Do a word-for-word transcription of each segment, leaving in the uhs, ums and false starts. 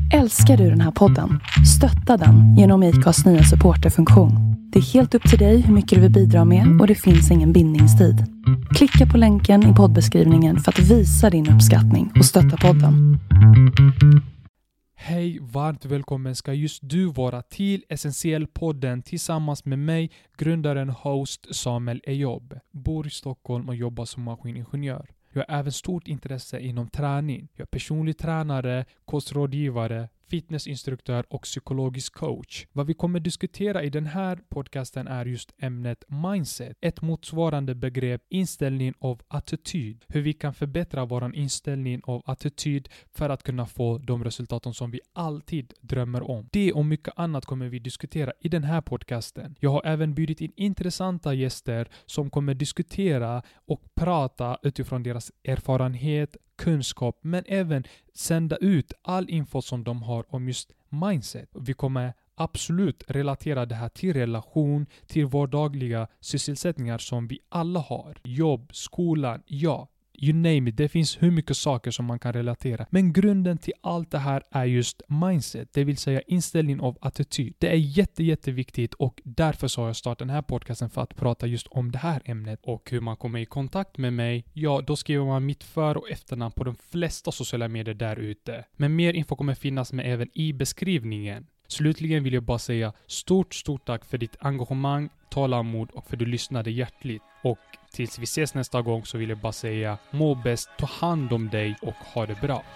Älskar du den här podden? Stötta den genom I C A:s nya supporterfunktion. Det är helt upp till dig hur mycket du vill bidra med och det finns ingen bindningstid. Klicka på länken i poddbeskrivningen för att visa din uppskattning och stötta podden. Hej, varmt välkommen ska just du vara till Essentiell-podden tillsammans med mig, grundaren host Samuel Ejob. Bor i Stockholm och jobbar som maskiningenjör. Jag har även stort intresse inom träning. Jag är personlig tränare, kostrådgivare, fitnessinstruktör och psykologisk coach. Vad vi kommer diskutera i den här podcasten är just ämnet mindset. Ett motsvarande begrepp, inställning av attityd. Hur vi kan förbättra vår inställning av attityd för att kunna få de resultaten som vi alltid drömmer om. Det och mycket annat kommer vi diskutera i den här podcasten. Jag har även bjudit in intressanta gäster som kommer diskutera och prata utifrån deras erfarenhet, kunskap, men även sända ut all info som de har om just mindset. Vi kommer absolut relatera det här till relation, till vardagliga sysselsättningar som vi alla har. Jobb, skolan, ja. You name it. Det finns hur mycket saker som man kan relatera. Men grunden till allt det här är just mindset. Det vill säga inställning av attityd. Det är jätte, jätteviktigt och därför så har jag startat den här podcasten för att prata just om det här ämnet. Och hur man kommer i kontakt med mig, ja då skriver man mitt för- och efternamn på de flesta sociala medier där ute. Men mer info kommer finnas med även i beskrivningen. Slutligen vill jag bara säga stort, stort tack för ditt engagemang, tålamod och för att du lyssnade hjärtligt. Och tills vi ses nästa gång så vill jag bara säga må bäst, ta hand om dig och ha det bra.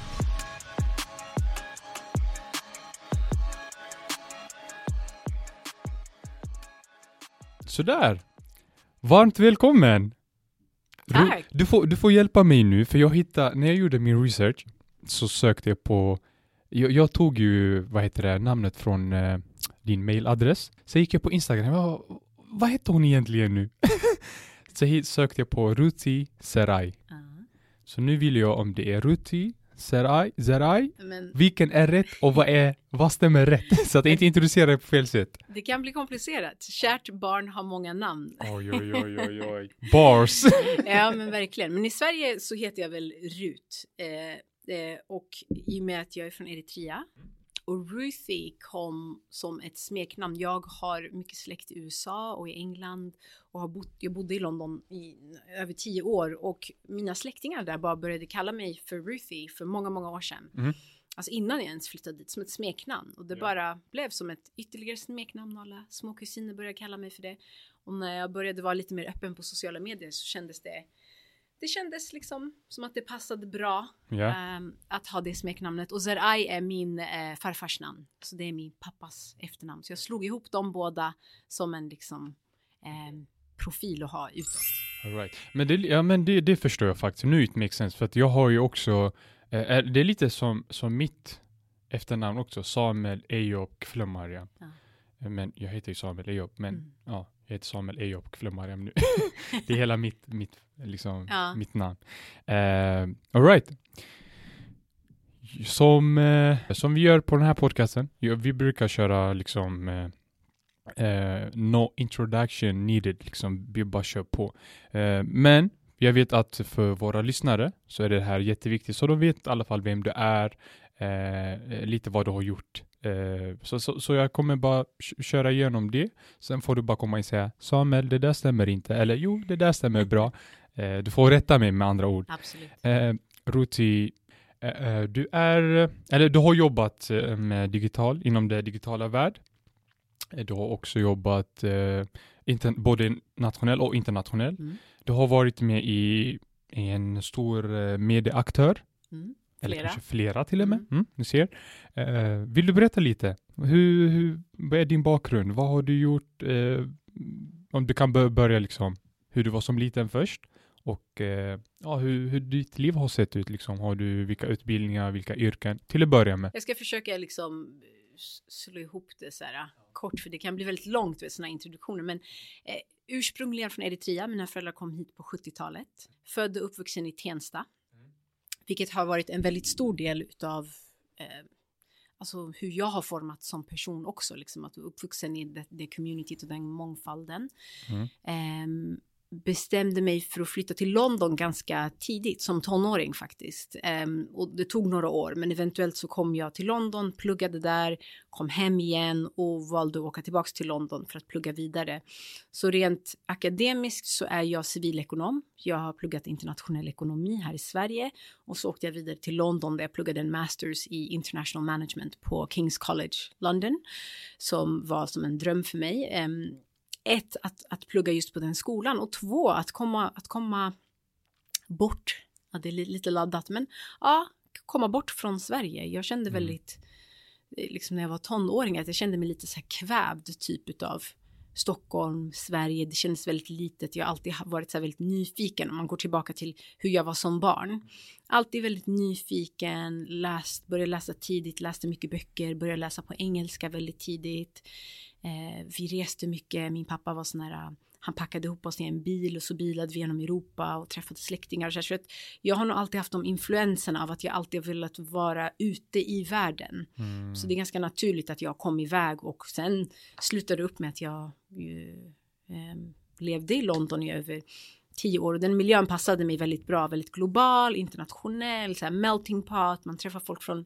Sådär. Varmt välkommen. Tack. Du får, du får hjälpa mig nu för jag hittade, när jag gjorde min research så sökte jag på Jag, jag tog ju, vad heter det, namnet från eh, din mailadress. Så gick jag på Instagram. Vad, vad heter hon egentligen nu? Så hit sökte jag på Ruti Serai. Uh-huh. Så nu vill jag om det är Ruti Serai, Serai. Men Vilken är rätt och vad, är, vad stämmer rätt? Så att jag inte introducerar det på fel sätt. det kan bli komplicerat. Kärt barn har många namn. Oj, oj, oj, oj, oj. Bars. Ja, men verkligen. Men i Sverige så heter jag väl Rut. Eh, Eh, och i och med att jag är från Eritrea och Ruthie kom som ett smeknamn. Jag har mycket släkt i U S A och i England och har bott, jag bodde i London i över tio år och mina släktingar där bara började kalla mig för Ruthie för många, många år sedan. Mm. Alltså innan jag ens flyttade dit som ett smeknamn och det ja. bara blev som ett ytterligare smeknamn och alla små kusiner började kalla mig för det. Och när jag började vara lite mer öppen på sociala medier så kändes det Det kändes liksom som att det passade bra yeah. um, att ha det smeknamnet. Och Zerai är min uh, farfars namn. Så det är min pappas efternamn. Så jag slog ihop dem båda som en liksom, um, profil att ha utåt. All right. Men, det, ja, men det, det förstår jag faktiskt. Nu it makes sense. För att jag har ju också, uh, det är lite som, som mitt efternamn också. Samuel Ejob Kflömmariam. Ja. Men jag heter ju Samuel Ejob. Men mm. ja. Jag heter Samuel Ejob Kflömmariam nu. Det är hela mitt, mitt, liksom, ja. mitt namn. Uh, all right. Som, uh, som vi gör på den här podcasten. Vi brukar köra liksom uh, uh, no introduction needed. Liksom, vi bara kör på. Uh, men jag vet att för våra lyssnare så är det här jätteviktigt. Så de vet i alla fall vem du är. Uh, lite vad du har gjort. Uh, så, så, så jag kommer bara k- köra igenom det. Sen får du bara komma och säga Samuel, det där stämmer inte. Eller jo, det där stämmer bra. Uh, du får rätta mig med andra ord. Absolut. Uh, Ruti, uh, du är, eller du har jobbat uh, med digital, inom det digitala värld. Uh, du har också jobbat uh, inter- både nationell och internationell. Mm. Du har varit med i, i en stor uh, medieaktör. Mm. Eller Flera. kanske flera till och med. Mm, ni ser. Uh, vill du berätta lite? Hur, hur, vad är din bakgrund? Vad har du gjort? Uh, om du kan börja liksom hur du var som liten först. Och uh, ja, hur, hur ditt liv har sett ut. Liksom. Har du vilka utbildningar, vilka yrken? Till att börja med. Jag ska försöka liksom slå ihop det så här kort. För det kan bli väldigt långt med såna introduktioner. Men eh, ursprungligen från Eritrea. Mina föräldrar kom hit på sjuttiotalet. Född och uppvuxen i Tensta. Vilket har varit en väldigt stor del utav eh, alltså hur jag har format som person också. Liksom, att vara uppvuxen i det, det communityt och den mångfalden. Mm. Eh, bestämde mig för att flytta till London ganska tidigt, som tonåring faktiskt. Um, och det tog några år, men eventuellt så kom jag till London, pluggade där, kom hem igen och valde att åka tillbaka till London för att plugga vidare. Så rent akademiskt så är jag civilekonom. Jag har pluggat internationell ekonomi här i Sverige och så åkte jag vidare till London där jag pluggade en masters i international management på King's College London, som var som en dröm för mig. Um, Ett, att, att plugga just på den skolan, och två, att komma, att komma bort, ja, det är lite laddat, men ja, komma bort från Sverige. Jag kände mm. väldigt, liksom när jag var tonåring, att jag kände mig lite så här kvävd typ av Stockholm, Sverige. Det kändes väldigt litet. Jag har alltid varit så här väldigt nyfiken, om man går tillbaka till hur jag var som barn. Alltid väldigt nyfiken, läst, började läsa tidigt, läste mycket böcker, började läsa på engelska väldigt tidigt. Eh, vi reste mycket, min pappa var sån här, han packade ihop oss i en bil och så bilade vi genom Europa och träffade släktingar. Och så, så att jag har nog alltid haft de influenserna av att jag alltid har velat vara ute i världen. Mm. Så det är ganska naturligt att jag kom iväg, och sen slutade upp med att jag eh, levde i London i över tio år. Och den miljön passade mig väldigt bra, väldigt global, internationell, så här melting pot, man träffar folk från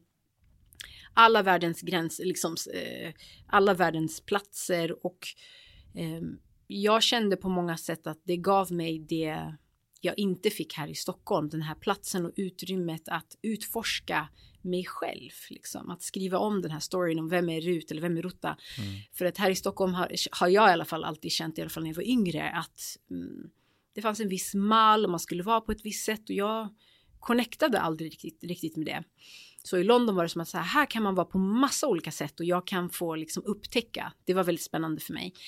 alla världens gränser, liksom, eh, alla världens platser, och eh, jag kände på många sätt att det gav mig det jag inte fick här i Stockholm, den här platsen och utrymmet att utforska mig själv, liksom, att skriva om den här storyn om vem är Rut eller vem är Rutta. Mm. För att här i Stockholm har, har jag i alla fall alltid känt, i alla fall när jag var yngre, att mm, det fanns en viss mall och man skulle vara på ett visst sätt, och jag connectade aldrig riktigt, riktigt med det. Så i London var det som att så här, här kan man vara på massa olika sätt och jag kan få liksom upptäcka. Det var väldigt spännande för mig.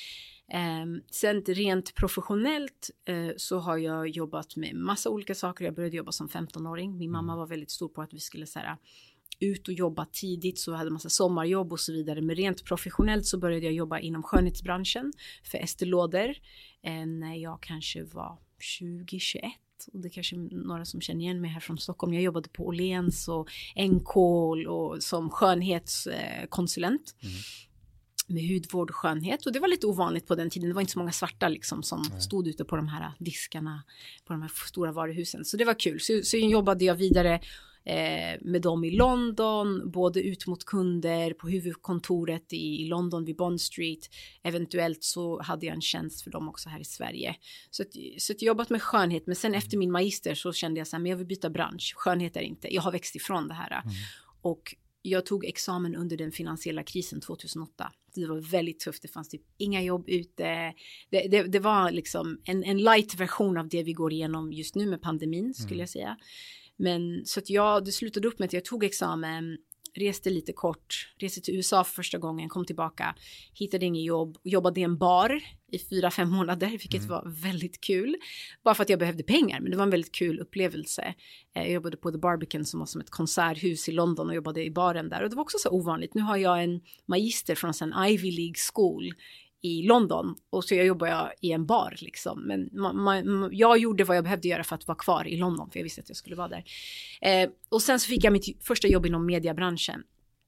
Um, sen rent professionellt uh, så har jag jobbat med massa olika saker. Jag började jobba som femtonåring. Min mamma var väldigt stor på att vi skulle så här, ut och jobba tidigt, så jag hade massa sommarjobb och så vidare. Men rent professionellt så började jag jobba inom skönhetsbranschen för Estée Lauder uh, när jag kanske var tjugo tjugoett. Och det är kanske några som känner igen mig här från Stockholm. Jag jobbade på Åhléns och N K och som skönhetskonsulent. Mm. Med hudvård och skönhet. Och det var lite ovanligt på den tiden. Det var inte så många svarta liksom, som Nej. stod ute på de här diskarna. På de här stora varuhusen. Så det var kul. Så, så jobbade jag vidare eh, med dem i London. Både ut mot kunder på huvudkontoret i London vid Bond Street. Eventuellt så hade jag en tjänst för dem också här i Sverige. Så, att, så att jag jobbat med skönhet. Men sen efter min magister så kände jag så här, men jag vill byta bransch. Skönhet är inte. Jag har växt ifrån det här. Mm. Och jag tog examen under den finansiella krisen tjugohundraåtta. Det var väldigt tufft. Det fanns typ inga jobb ute. Det, det, det var liksom en, en light version av det vi går igenom just nu med pandemin, skulle mm. jag säga. Men så att jag, det slutade upp med att jag tog examen, reste lite kort, reste till U S A för första gången, kom tillbaka, hittade ingen jobb, jobbade i en bar i fyra, fem månader, vilket mm. var väldigt kul. Bara för att jag behövde pengar, men det var en väldigt kul upplevelse. Jag jobbade på The Barbican som var som ett konserthus i London och jobbade i baren där. Och det var också så ovanligt. Nu har jag en magister från en Ivy League school i London och så jag jobbar jag i en bar liksom. Men ma- ma- jag gjorde vad jag behövde göra för att vara kvar i London, för jag visste att jag skulle vara där. Eh, och sen så fick jag mitt första jobb inom mediebranschen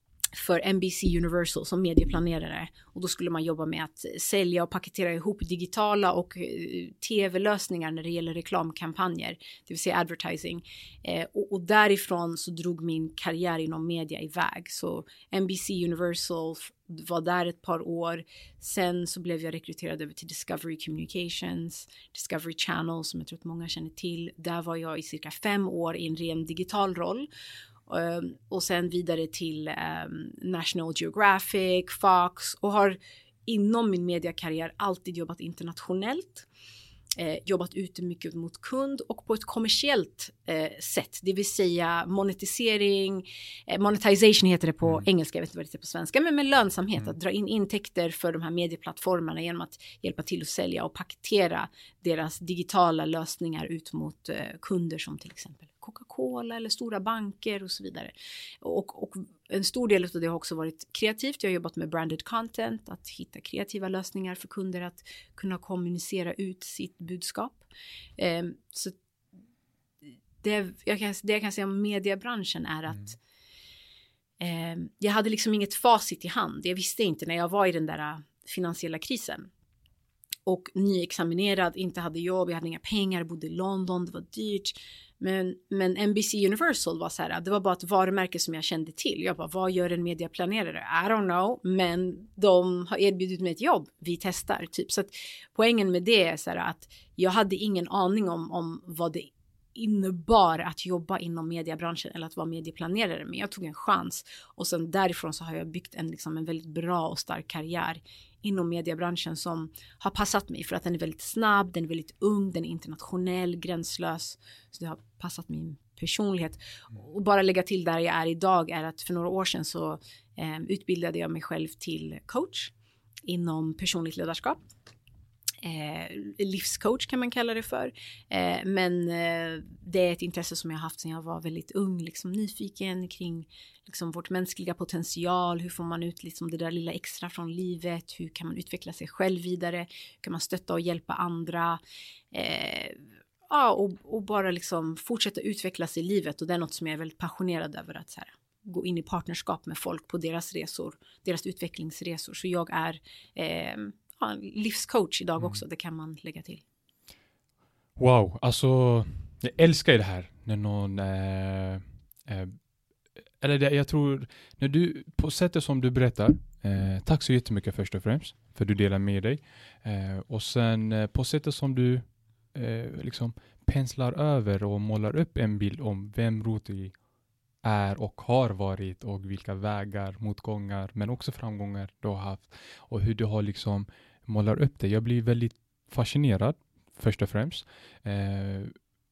för N B C Universal som medieplanerare, och då skulle man jobba med att sälja och paketera ihop digitala och eh, tv-lösningar när det gäller reklamkampanjer, det vill säga advertising, eh, och, och därifrån så drog min karriär inom media iväg. Så N B C Universal var där ett par år, sen så blev jag rekryterad över till Discovery Communications, Discovery Channel som jag tror att många känner till. Där var jag i cirka fem år i en ren digital roll. Um, och sen vidare till um, National Geographic, Fox, och har inom min mediekarriär alltid jobbat internationellt. Eh, jobbat ute mycket mot kund och på ett kommersiellt eh, sätt. Det vill säga monetisering, eh, monetization heter det på mm. engelska, jag vet inte vad det heter på svenska, men med lönsamhet. Mm. Att dra in intäkter för de här medieplattformarna genom att hjälpa till att sälja och paketera deras digitala lösningar ut mot eh, kunder som till exempel Coca-Cola eller stora banker och så vidare. Och, och en stor del av det har också varit kreativt. Jag har jobbat med branded content, att hitta kreativa lösningar för kunder att kunna kommunicera ut sitt budskap. Eh, så det jag, kan, det jag kan säga om mediebranschen är att mm. eh, jag hade liksom inget facit i hand. Jag visste inte när jag var i den där finansiella krisen. och nyexaminerad, inte hade jobb, jag hade inga pengar, bodde i London, det var dyrt. Men, men N B C Universal var så här, det var bara ett varumärke som jag kände till. Jag bara, vad gör en medieplanerare? I don't know, men de har erbjudit mig ett jobb. Vi testar, typ. Så att poängen med det är så här att jag hade ingen aning om, om vad det innebar att jobba inom mediebranschen eller att vara medieplanerare. Men jag tog en chans och sen därifrån så har jag byggt en, liksom, en väldigt bra och stark karriär inom mediebranschen som har passat mig för att den är väldigt snabb, den är väldigt ung, den är internationell, gränslös. Så det har passat min personlighet. Och bara lägga till där jag är idag är att för några år sedan så eh, utbildade jag mig själv till coach inom personligt ledarskap. Eh, livscoach kan man kalla det för. Eh, men eh, det är ett intresse som jag har haft sedan jag var väldigt ung. Liksom nyfiken kring liksom, vårt mänskliga potential. Hur får man ut liksom, det där lilla extra från livet? Hur kan man utveckla sig själv vidare? Hur kan man stötta och hjälpa andra? Eh, ja, och, och bara liksom fortsätta utvecklas i livet. Och det är något som jag är väldigt passionerad över. Att så här, gå in i partnerskap med folk på deras resor. Deras utvecklingsresor. Så jag är... Eh, Ja, livscoach idag också, mm. det kan man lägga till. Wow, alltså jag älskar det här när någon eh, eh, eller det, jag tror när du på sättet som du berättar, eh, tack så jättemycket först och främst för du delar med dig eh, och sen eh, på sättet som du eh, liksom penslar över och målar upp en bild om vem Ruthie är och har varit och vilka vägar, motgångar men också framgångar du har haft och hur du har liksom målar upp det. Jag blir väldigt fascinerad först och främst. Eh,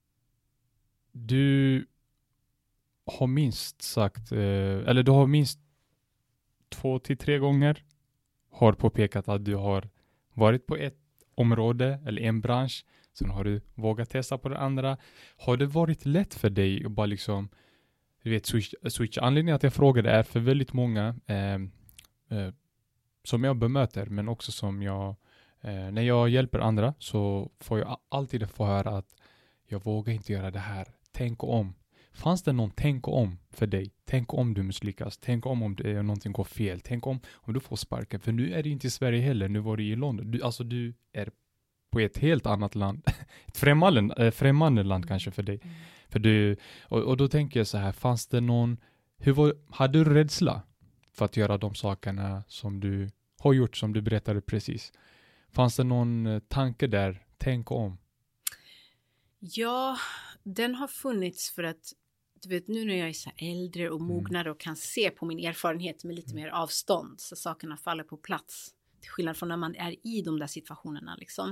du har minst sagt eh, eller du har minst två till tre gånger har påpekat att du har varit på ett område eller en bransch, sen har du vågat testa på det andra. Har det varit lätt för dig att bara liksom du vet, switch, switch. Anledningen att jag frågade är för väldigt många eh, eh, som jag bemöter men också som jag eh, när jag hjälper andra så får jag alltid få höra att jag vågar inte göra det här. Tänk om. Fanns det någon tänk om för dig? Tänk om du misslyckas. Tänk om om det, någonting går fel. Tänk om om du får sparken. För nu är det inte i Sverige heller. Nu var du i London. Du, alltså du är på ett helt annat land. Ett främmande, äh, främmande land kanske för dig. Mm. För du, och, och då tänker jag så här, fanns det någon, hur var, hade du rädsla för att göra de sakerna som du har gjort, som du berättade precis? Fanns det någon tanke där, tänk om? Ja, den har funnits för att, du vet nu när jag är så äldre och mognare och kan se på min erfarenhet med lite mer avstånd så sakerna faller på plats. Till skillnad från när man är i de där situationerna liksom.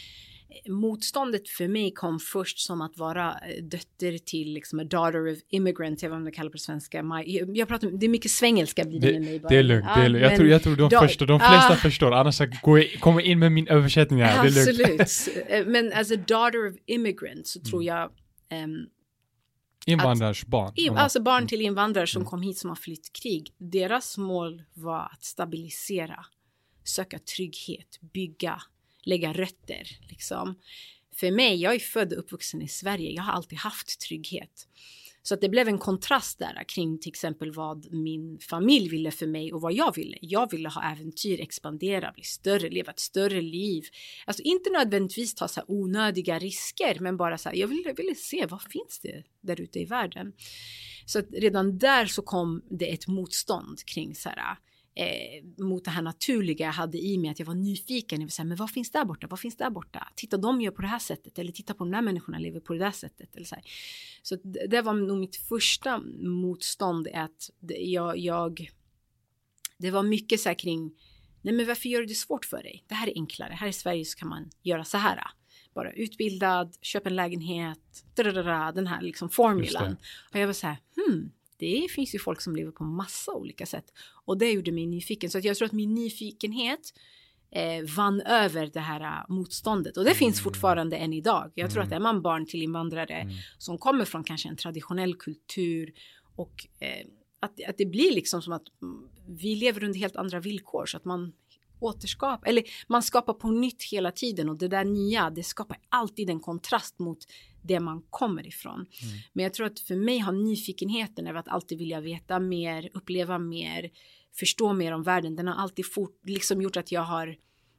Motståndet för mig kom först som att vara dotter till liksom a daughter of immigrant, jag vet inte vad det kallar på svenska. Jag, jag pratar, det är mycket svengelska blir det med mig bara. Det är lugnt, det är lugnt. Jag, tror, jag tror de, då, första, de flesta ah, förstår, annars jag kommer in med min översättning här. Absolut, men as a daughter of immigrant så tror jag um, invandrars barn. I, alltså barn till invandrare som mm. kom hit som har flytt krig. Deras mål var att stabilisera, söka trygghet, bygga, lägga rötter liksom. För mig, jag är född och uppvuxen i Sverige. Jag har alltid haft trygghet. Så att det blev en kontrast där kring till exempel vad min familj ville för mig och vad jag ville. Jag ville ha äventyr, expandera, bli större, leva ett större liv. Alltså inte nödvändigtvis ta så här onödiga risker, men bara så här, jag ville, ville se vad finns det där ute i världen. Så att redan där så kom det ett motstånd kring så här, Eh, mot det här naturliga jag hade i mig, att jag var nyfiken. Jag vill säga, men vad finns där borta? Vad finns där borta? Titta, de gör på det här sättet. Eller titta på de där människorna lever på det där sättet. Eller så här. Så det, det var nog mitt första motstånd. Att jag, jag, det var mycket så här kring, nej men varför gör du det svårt för dig? Det här är enklare. Här i Sverige så kan man göra så här. Bara utbildad, köp en lägenhet. Dadadada, den här liksom formulan. Och jag var så här, hmm. Det finns ju folk som lever på massa olika sätt. Och det gjorde mig nyfiken. Så att jag tror att min nyfikenhet eh, vann över det här uh, motståndet. Och det mm. finns fortfarande än idag. Jag tror mm. att är man barn till invandrare mm. som kommer från kanske en traditionell kultur. Och eh, att, att det blir liksom som att vi lever under helt andra villkor. Så att man återskapar, eller man skapar på nytt hela tiden. Och det där nya, det skapar alltid en kontrast mot det man kommer ifrån. Mm. Men jag tror att för mig har nyfikenheten över att alltid vilja veta mer, uppleva mer, förstå mer om världen. Den har alltid fort, liksom gjort att jag har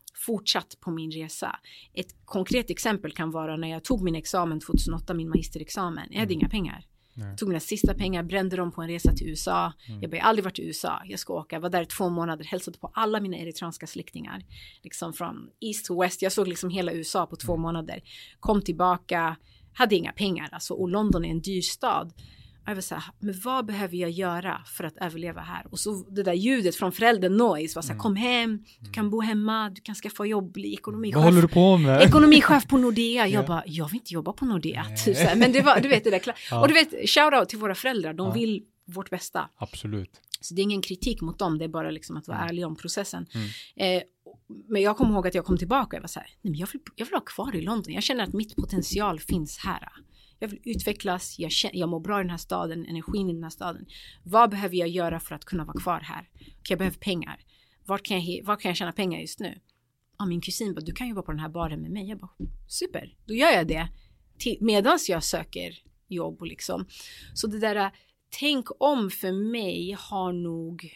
fortsatt på min resa. Ett konkret exempel kan vara när jag tog min examen tjugohundraåtta, min magisterexamen. Jag hade inga pengar. Nej. Tog mina sista pengar, brände dem på en resa till U S A. Mm. Jag har aldrig varit i U S A. Jag ska åka, var där två månader, hälsade på alla mina eritreanska släktingar. Liksom från east to west. Jag såg liksom hela U S A på två mm. månader. Kom tillbaka, hade inga pengar. Alltså, och London är en dyr stad. Jag var så här, men vad behöver jag göra för att överleva här? Och så det där ljudet från föräldern noise var så här, mm. kom hem, du kan bo hemma, du kan skaffa jobb, bli ekonomichef. Vad håller du på med? Ekonomichef på Nordea. Jag bara, jag vill inte jobba på Nordea. Typ så här. Men det var, du vet det där. Ja. Och du vet, shout out till våra föräldrar, de ja. vill vårt bästa. Absolut. Så det är ingen kritik mot dem, det är bara liksom att vara mm. ärlig om processen. Mm. Eh, men jag kommer ihåg att jag kom tillbaka och jag var så här, nej, men jag vill, jag vill vara kvar i London. Jag känner att mitt potential finns här. Jag vill utvecklas, jag, känner, jag mår bra i den här staden, energin i den här staden. Vad behöver jag göra för att kunna vara kvar här? Okay, jag behöver pengar. Vart kan jag, var kan jag tjäna pengar just nu? Ja, min kusin bara, du kan jobba på den här baren med mig. Jag bara, super, då gör jag det. Medan jag söker jobb. Liksom. Så det där, tänk om för mig har nog...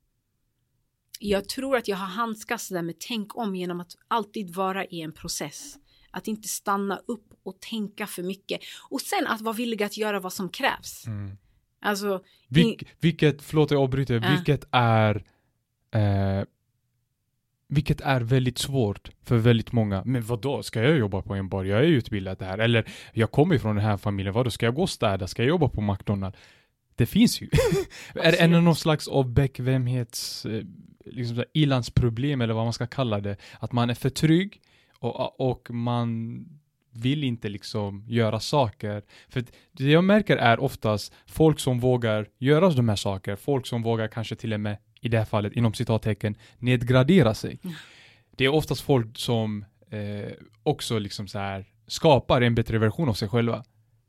Jag tror att jag har handskats där med tänk om genom att alltid vara i en process. Att inte stanna upp och tänka för mycket. Och sen att vara villig att göra vad som krävs. Mm. Alltså... Vilk, vilket, förlåt jag avbryter, äh. vilket är... Eh, vilket är väldigt svårt för väldigt många. Men vadå, ska jag jobba på en bar? Jag är utbildad där. Eller jag kommer ifrån den här familjen. Vadå, ska jag gå och städa? Ska jag jobba på McDonald's? Det finns ju. Är det någon slags av bekvämhets... Liksom ilandsproblem eller vad man ska kalla det. Att man är för trygg. Och, och man vill inte liksom göra saker. För det jag märker är oftast folk som vågar göra de här saker. Folk som vågar kanske till och med, i det här fallet, inom citattecken, nedgradera sig. Mm. Det är oftast folk som eh, också liksom så här skapar en bättre version av sig själva.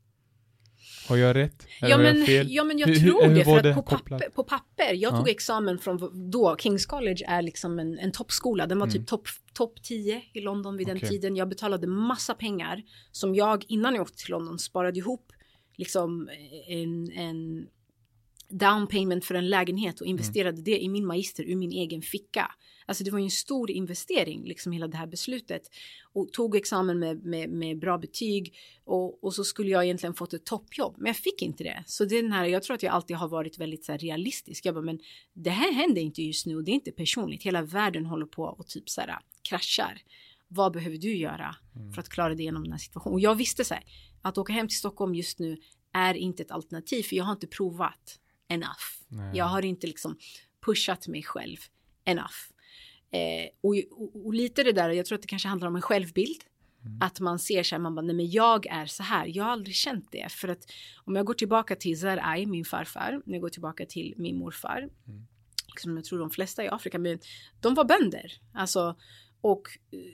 Har jag rätt? Ja men, ja men jag hur, tror hur, det, för att på papper, på papper, jag tog ja. examen från då, King's College är liksom en, en toppskola, den var mm. typ topp top tio i London vid okay. den tiden, jag betalade massa pengar som jag innan jag åkte till London sparade ihop liksom en, en down payment för en lägenhet och investerade mm. det i min magister ur min egen ficka. Alltså det var ju en stor investering, liksom hela det här beslutet. Och tog examen med, med, med bra betyg. Och, och så skulle jag egentligen fått ett toppjobb. Men jag fick inte det. Så det är den här, jag tror att jag alltid har varit väldigt så här, realistisk. Jag bara, men det här händer inte just nu. Och det är inte personligt. Hela världen håller på och typ så här, kraschar. Vad behöver du göra mm. för att klara dig igenom den här situationen? Och jag visste så här, att åka hem till Stockholm just nu är inte ett alternativ. För jag har inte provat enough. Nej. Jag har inte liksom pushat mig själv enough. Eh, och, och, och lite det där, jag tror att det kanske handlar om en självbild. Mm. Att man ser så här, man bara, nej men jag är så här. Jag har aldrig känt det. För att om jag går tillbaka till Zarai, min farfar. När jag går tillbaka till min morfar. Mm. Liksom jag tror de flesta i Afrika, men de var bönder. Alltså, och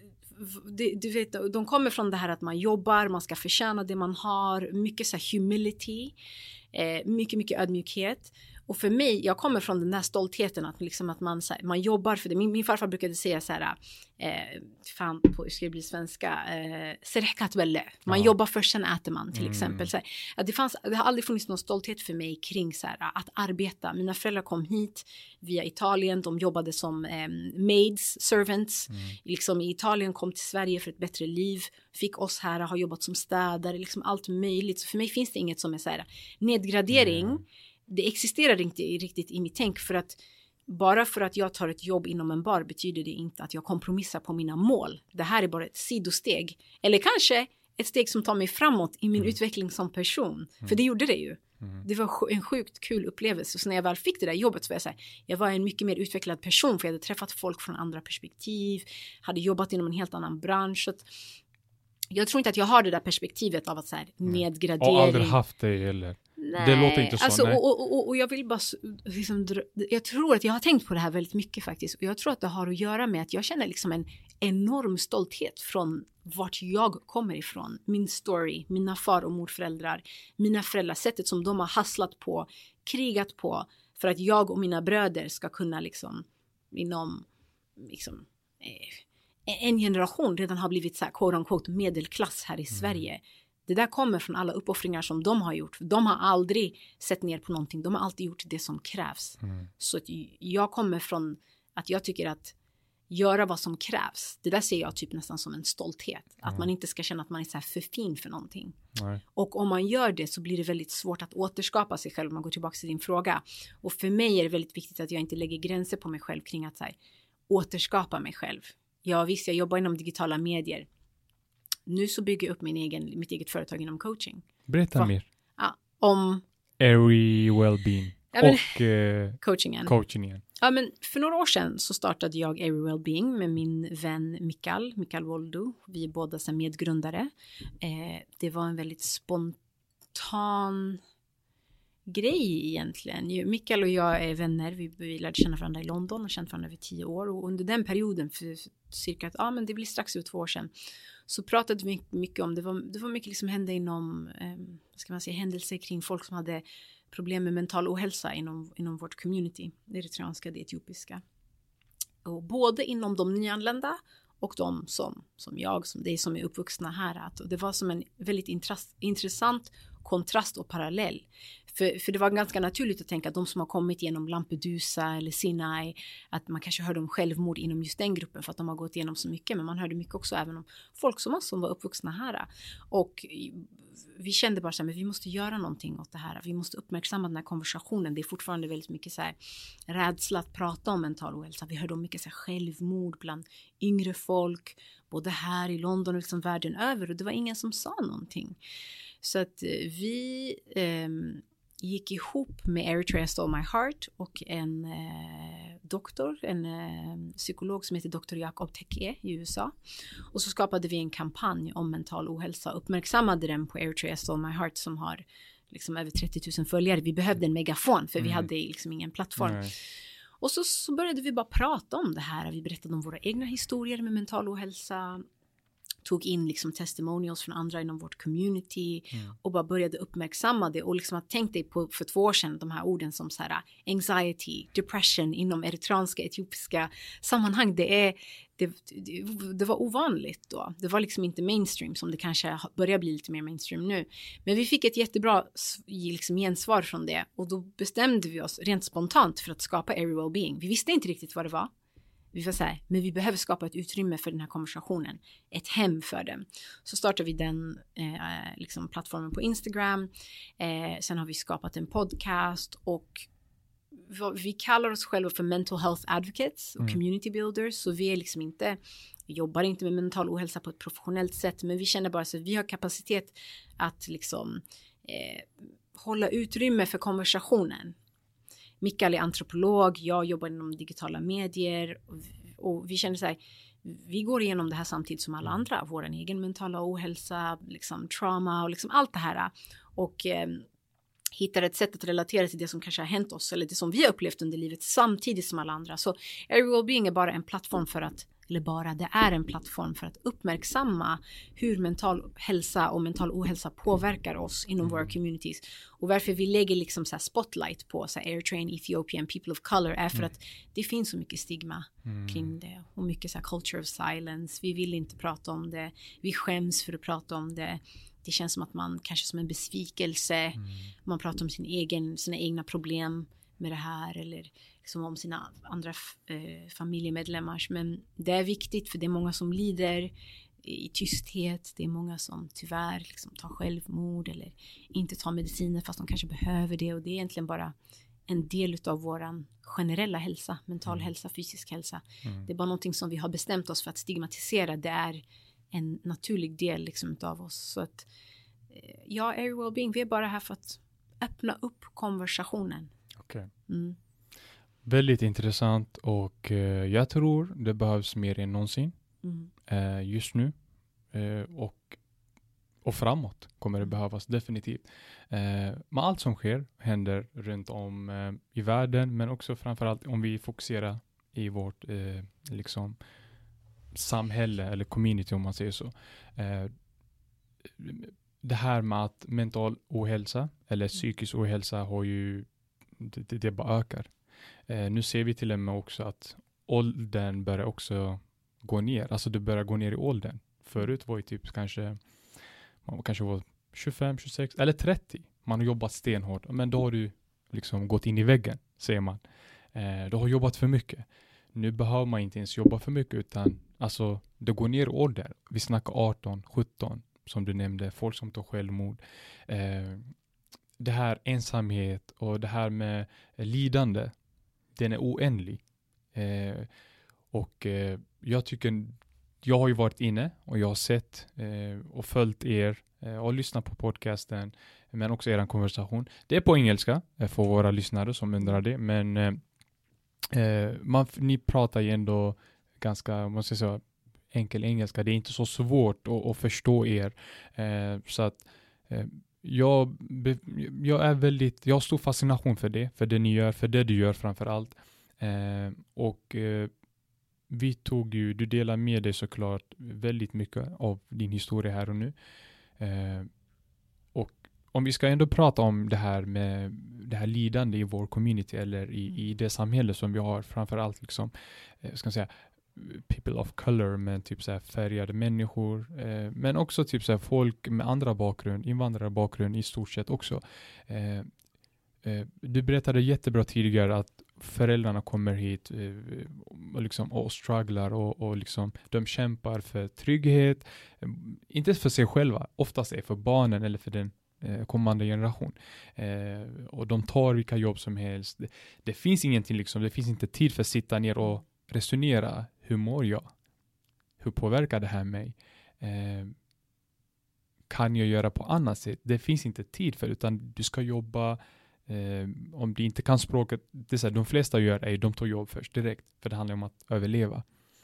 det, du vet, de kommer från det här att man jobbar, man ska förtjäna det man har. Mycket så här humility. Eh, mycket, mycket ödmjukhet. Och för mig, jag kommer från den där stoltheten att, liksom att man, så här, man jobbar för det. Min, min farfar brukade säga så här, eh, fan, på, hur ska det bli svenska? Eh, man ja. jobbar först, sen äter man till mm. exempel. Så här, att det, fanns, det har aldrig funnits någon stolthet för mig kring så här, att arbeta. Mina föräldrar kom hit via Italien. De jobbade som eh, maids, servants. Mm. Liksom i Italien, kom till Sverige för ett bättre liv. Fick oss här, har jobbat som städare. Liksom allt möjligt. Så för mig finns det inget som är så här, nedgradering. Mm. Det existerar inte riktigt i mitt tänk, för att bara för att jag tar ett jobb inom en bar betyder det inte att jag kompromissar på mina mål. Det här är bara ett sidosteg. Eller kanske ett steg som tar mig framåt i min mm. utveckling som person. Mm. För det gjorde det ju. Mm. Det var en sjukt kul upplevelse. Så när jag väl fick det där jobbet så var jag så här, jag var en mycket mer utvecklad person, för jag hade träffat folk från andra perspektiv. Hade jobbat inom en helt annan bransch. Så att jag tror inte att jag har det där perspektivet av att så här, nedgradering. Och aldrig haft det heller. Nej. Det låter inte så. Alltså, nej. Och, och, och jag vill bara liksom, jag tror att jag har tänkt på det här väldigt mycket faktiskt. Och jag tror att det har att göra med att jag känner liksom en enorm stolthet från vart jag kommer ifrån. Min story, mina far- och morföräldrar, mina föräldrar, sättet som de har hasslat på, krigat på för att jag och mina bröder ska kunna liksom inom liksom eh, en generation redan har blivit så här quote unquote medelklass här i mm. Sverige. Det där kommer från alla uppoffringar som de har gjort. De har aldrig sett ner på någonting. De har alltid gjort det som krävs. Mm. Så att jag kommer från att jag tycker att göra vad som krävs. Det där ser jag typ nästan som en stolthet. Att Mm. man inte ska känna att man är så här för fin för någonting. Nej. Och om man gör det så blir det väldigt svårt att återskapa sig själv om man går tillbaka till din fråga. Och för mig är det väldigt viktigt att jag inte lägger gränser på mig själv kring att så här, återskapa mig själv. Ja visst, jag jobbar inom digitala medier. Nu så bygger jag upp min egen, mitt eget företag inom coaching. Berätta Va? mer. Ja, om Airy Wellbeing Ja, men- och eh, coachingen. coachingen. Ja, men för några år sedan så startade jag Airy Wellbeing med min vän Mikael, Mikael Woldu. Vi är båda så här medgrundare. Eh, det var en väldigt spontan grej egentligen. Ju- Mikael och jag är vänner. Vi, vi lärde känna varandra i London och känt varandra över tio år. Och under den perioden, för cirka, ja men det blir strax över två år sedan, så pratade vi mycket om, det var, det var mycket liksom hände inom, eh, vad ska man säga, händelser kring folk som hade problem med mental ohälsa inom, inom vårt community, det eritreanska, det etiopiska. Och både inom de nyanlända och de som, som jag, som dig som är uppvuxna här. Att, och det var som en väldigt intras, intressant kontrast och parallell. För, för det var ganska naturligt att tänka att de som har kommit genom Lampedusa eller Sinai, att man kanske hörde om självmord inom just den gruppen för att de har gått igenom så mycket. Men man hörde mycket också även om folk som oss som var uppvuxna här. Och vi kände bara så här, men vi måste göra någonting åt det här. Vi måste uppmärksamma den här konversationen. Det är fortfarande väldigt mycket så här rädsla att prata om mental ohälsa. Vi hörde om mycket så här självmord bland yngre folk, både här i London och liksom världen över. Och det var ingen som sa någonting. Så att vi eh, gick ihop med Eritrea Stole My Heart och en eh, doktor, en eh, psykolog som heter doktor Jacob Teke i U S A. Och så skapade vi en kampanj om mental ohälsa och uppmärksammade den på Eritrea Stole My Heart som har liksom över trettio tusen följare. Vi behövde en megafon för mm. vi hade liksom ingen plattform. Nej. Och så, så började vi bara prata om det här. Vi berättade om våra egna historier med mental ohälsa. Tog in liksom testimonials från andra inom vårt community mm. och bara började uppmärksamma det. Och liksom att tänk dig på för två år sedan de här orden som så här anxiety, depression inom eritreanska, etiopiska sammanhang. Det, är, det, det, det var ovanligt då. Det var liksom inte mainstream som det kanske börjar bli lite mer mainstream nu. Men vi fick ett jättebra liksom, gensvar från det. Och då bestämde vi oss rent spontant för att skapa Airy Wellbeing. Vi visste inte riktigt vad det var. Vi var så här, men vi behöver skapa ett utrymme för den här konversationen. Ett hem för den. Så startade vi den eh, liksom plattformen på Instagram. Eh, sen har vi skapat en podcast. Och vi kallar oss själva för mental health advocates och mm. community builders. Så vi är liksom inte, vi jobbar inte med mental ohälsa på ett professionellt sätt. Men vi känner bara så att vi har kapacitet att liksom eh, hålla utrymme för konversationen. Mikael är antropolog, jag jobbar inom digitala medier och, och vi känner så här, vi går igenom det här samtidigt som alla andra, vår egen mentala ohälsa, liksom trauma och liksom allt det här och eh, hittar ett sätt att relatera till det som kanske har hänt oss eller det som vi har upplevt under livet samtidigt som alla andra. Så Airy Wellbeing är bara en plattform för att eller bara, det är en plattform för att uppmärksamma hur mental hälsa och mental ohälsa påverkar oss inom mm. våra communities. Och varför vi lägger liksom så här spotlight på så här Eritrean, Ethiopian, people of color är för mm. att det finns så mycket stigma mm. kring det. Och mycket så här culture of silence. Vi vill inte prata om det. Vi skäms för att prata om det. Det känns som att man kanske som en besvikelse. Mm. Man pratar om sin egen, sina egna problem med det här eller liksom om sina andra eh, familjemedlemmar. Men det är viktigt för det är många som lider i tysthet. Det är många som tyvärr liksom tar självmord eller inte tar mediciner fast de kanske behöver det. Och det är egentligen bara en del av våran generella hälsa, mental mm. hälsa, fysisk hälsa. Mm. Det är bara någonting som vi har bestämt oss för att stigmatisera. Det är en naturlig del liksom av oss. Så att ja, Airy Wellbeing, vi är bara här för att öppna upp konversationen. Okej. Okay. Mm. Väldigt intressant och eh, jag tror det behövs mer än någonsin mm. eh, just nu eh, och, och framåt kommer det behövas definitivt. Eh, med allt som sker händer runt om eh, i världen men också framförallt om vi fokuserar i vårt eh, liksom samhälle eller community om man säger så. Eh, det här med att mental ohälsa eller psykisk ohälsa har ju det, det bara ökar. Eh, nu ser vi till och med också att åldern börjar också gå ner. Alltså det börjar gå ner i åldern. Förut var det typ kanske man kanske var tjugofem, tjugosex eller trettio. Man har jobbat stenhårt. Men då har du liksom gått in i väggen, säger man. Eh, du har jobbat för mycket. nu behöver man inte ens jobba för mycket, utan alltså det går ner i ålder. Vi snackar arton, sjutton, som du nämnde, folk som tar självmord. Eh, det här ensamhet och det här med lidande, den är oändlig. Eh, och eh, jag tycker, jag har ju varit inne och jag har sett eh, och följt er eh, och lyssnat på podcasten, men också er konversation. Det är på engelska eh, för våra lyssnare som undrar det, men eh, eh, man, ni pratar ju ändå ganska, måste jag säga, enkel engelska. Det är inte så svårt att, att förstå er. Eh, så att eh, jag, jag är väldigt, jag har stor fascination för det, för det ni gör, för det du gör framför allt. Eh, och eh, vi tog ju, du delar med dig såklart väldigt mycket av din historia här och nu. Eh, och om vi ska ändå prata om det här med det här lidande i vår community eller i, i det samhälle som vi har, framför allt liksom, eh, ska jag säga, people of color, med typ så här färgade människor, eh, men också typ så här folk med andra bakgrund, invandrarbakgrund i stort sett också. Eh, eh, du berättade jättebra tidigare att föräldrarna kommer hit eh, och, liksom, och strugglar och, och liksom, de kämpar för trygghet, eh, inte för sig själva, oftast är för barnen eller för den eh, kommande generation. Eh, och de tar vilka jobb som helst. Det, det finns ingenting liksom, det finns inte tid för att sitta ner och resonera. Hur mår jag? Hur påverkar det här mig? Eh, kan jag göra på annat sätt? Det finns inte tid för, utan du ska jobba. Eh, om du inte kan språket, det är så här, de flesta gör är de tar jobb först direkt, för det handlar om att överleva.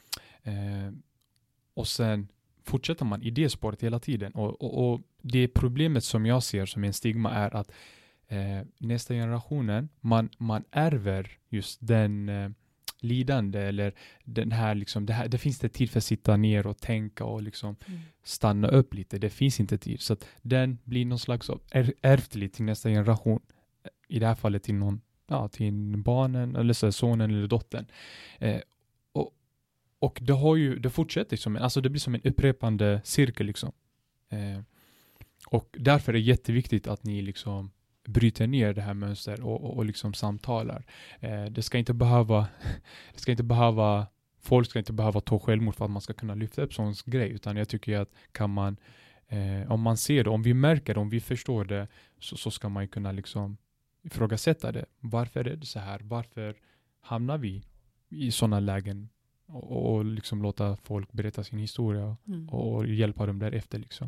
Eh, och sen fortsätter man i det spåret hela tiden. Och, och, och det problemet som jag ser som en stigma är att eh, nästa generationen, man, man ärver just den eh, lidande eller den här liksom, det, här, det finns inte tid för att sitta ner och tänka och liksom mm. stanna upp lite. Det finns inte tid. Så att den blir någon slags är, ärftlig till nästa generation. I det här fallet till någon, ja, till barnen eller så, sonen eller dottern. Eh, och, och det har ju, det fortsätter som, alltså det blir som en upprepande cirkel liksom. Eh, och därför är det jätteviktigt att ni liksom bryter ner det här mönstret och, och, och liksom samtalar. Eh, det ska inte behöva det ska inte behöva folk ska inte behöva ta självmord för att man ska kunna lyfta upp sån grej, utan jag tycker att kan man eh, om man ser det, om vi märker det, om vi förstår det, så, så ska man ju kunna liksom ifrågasätta det. Varför är det så här? Varför hamnar vi i sådana lägen? Och, och liksom låta folk berätta sin historia mm. och hjälpa dem därefter liksom.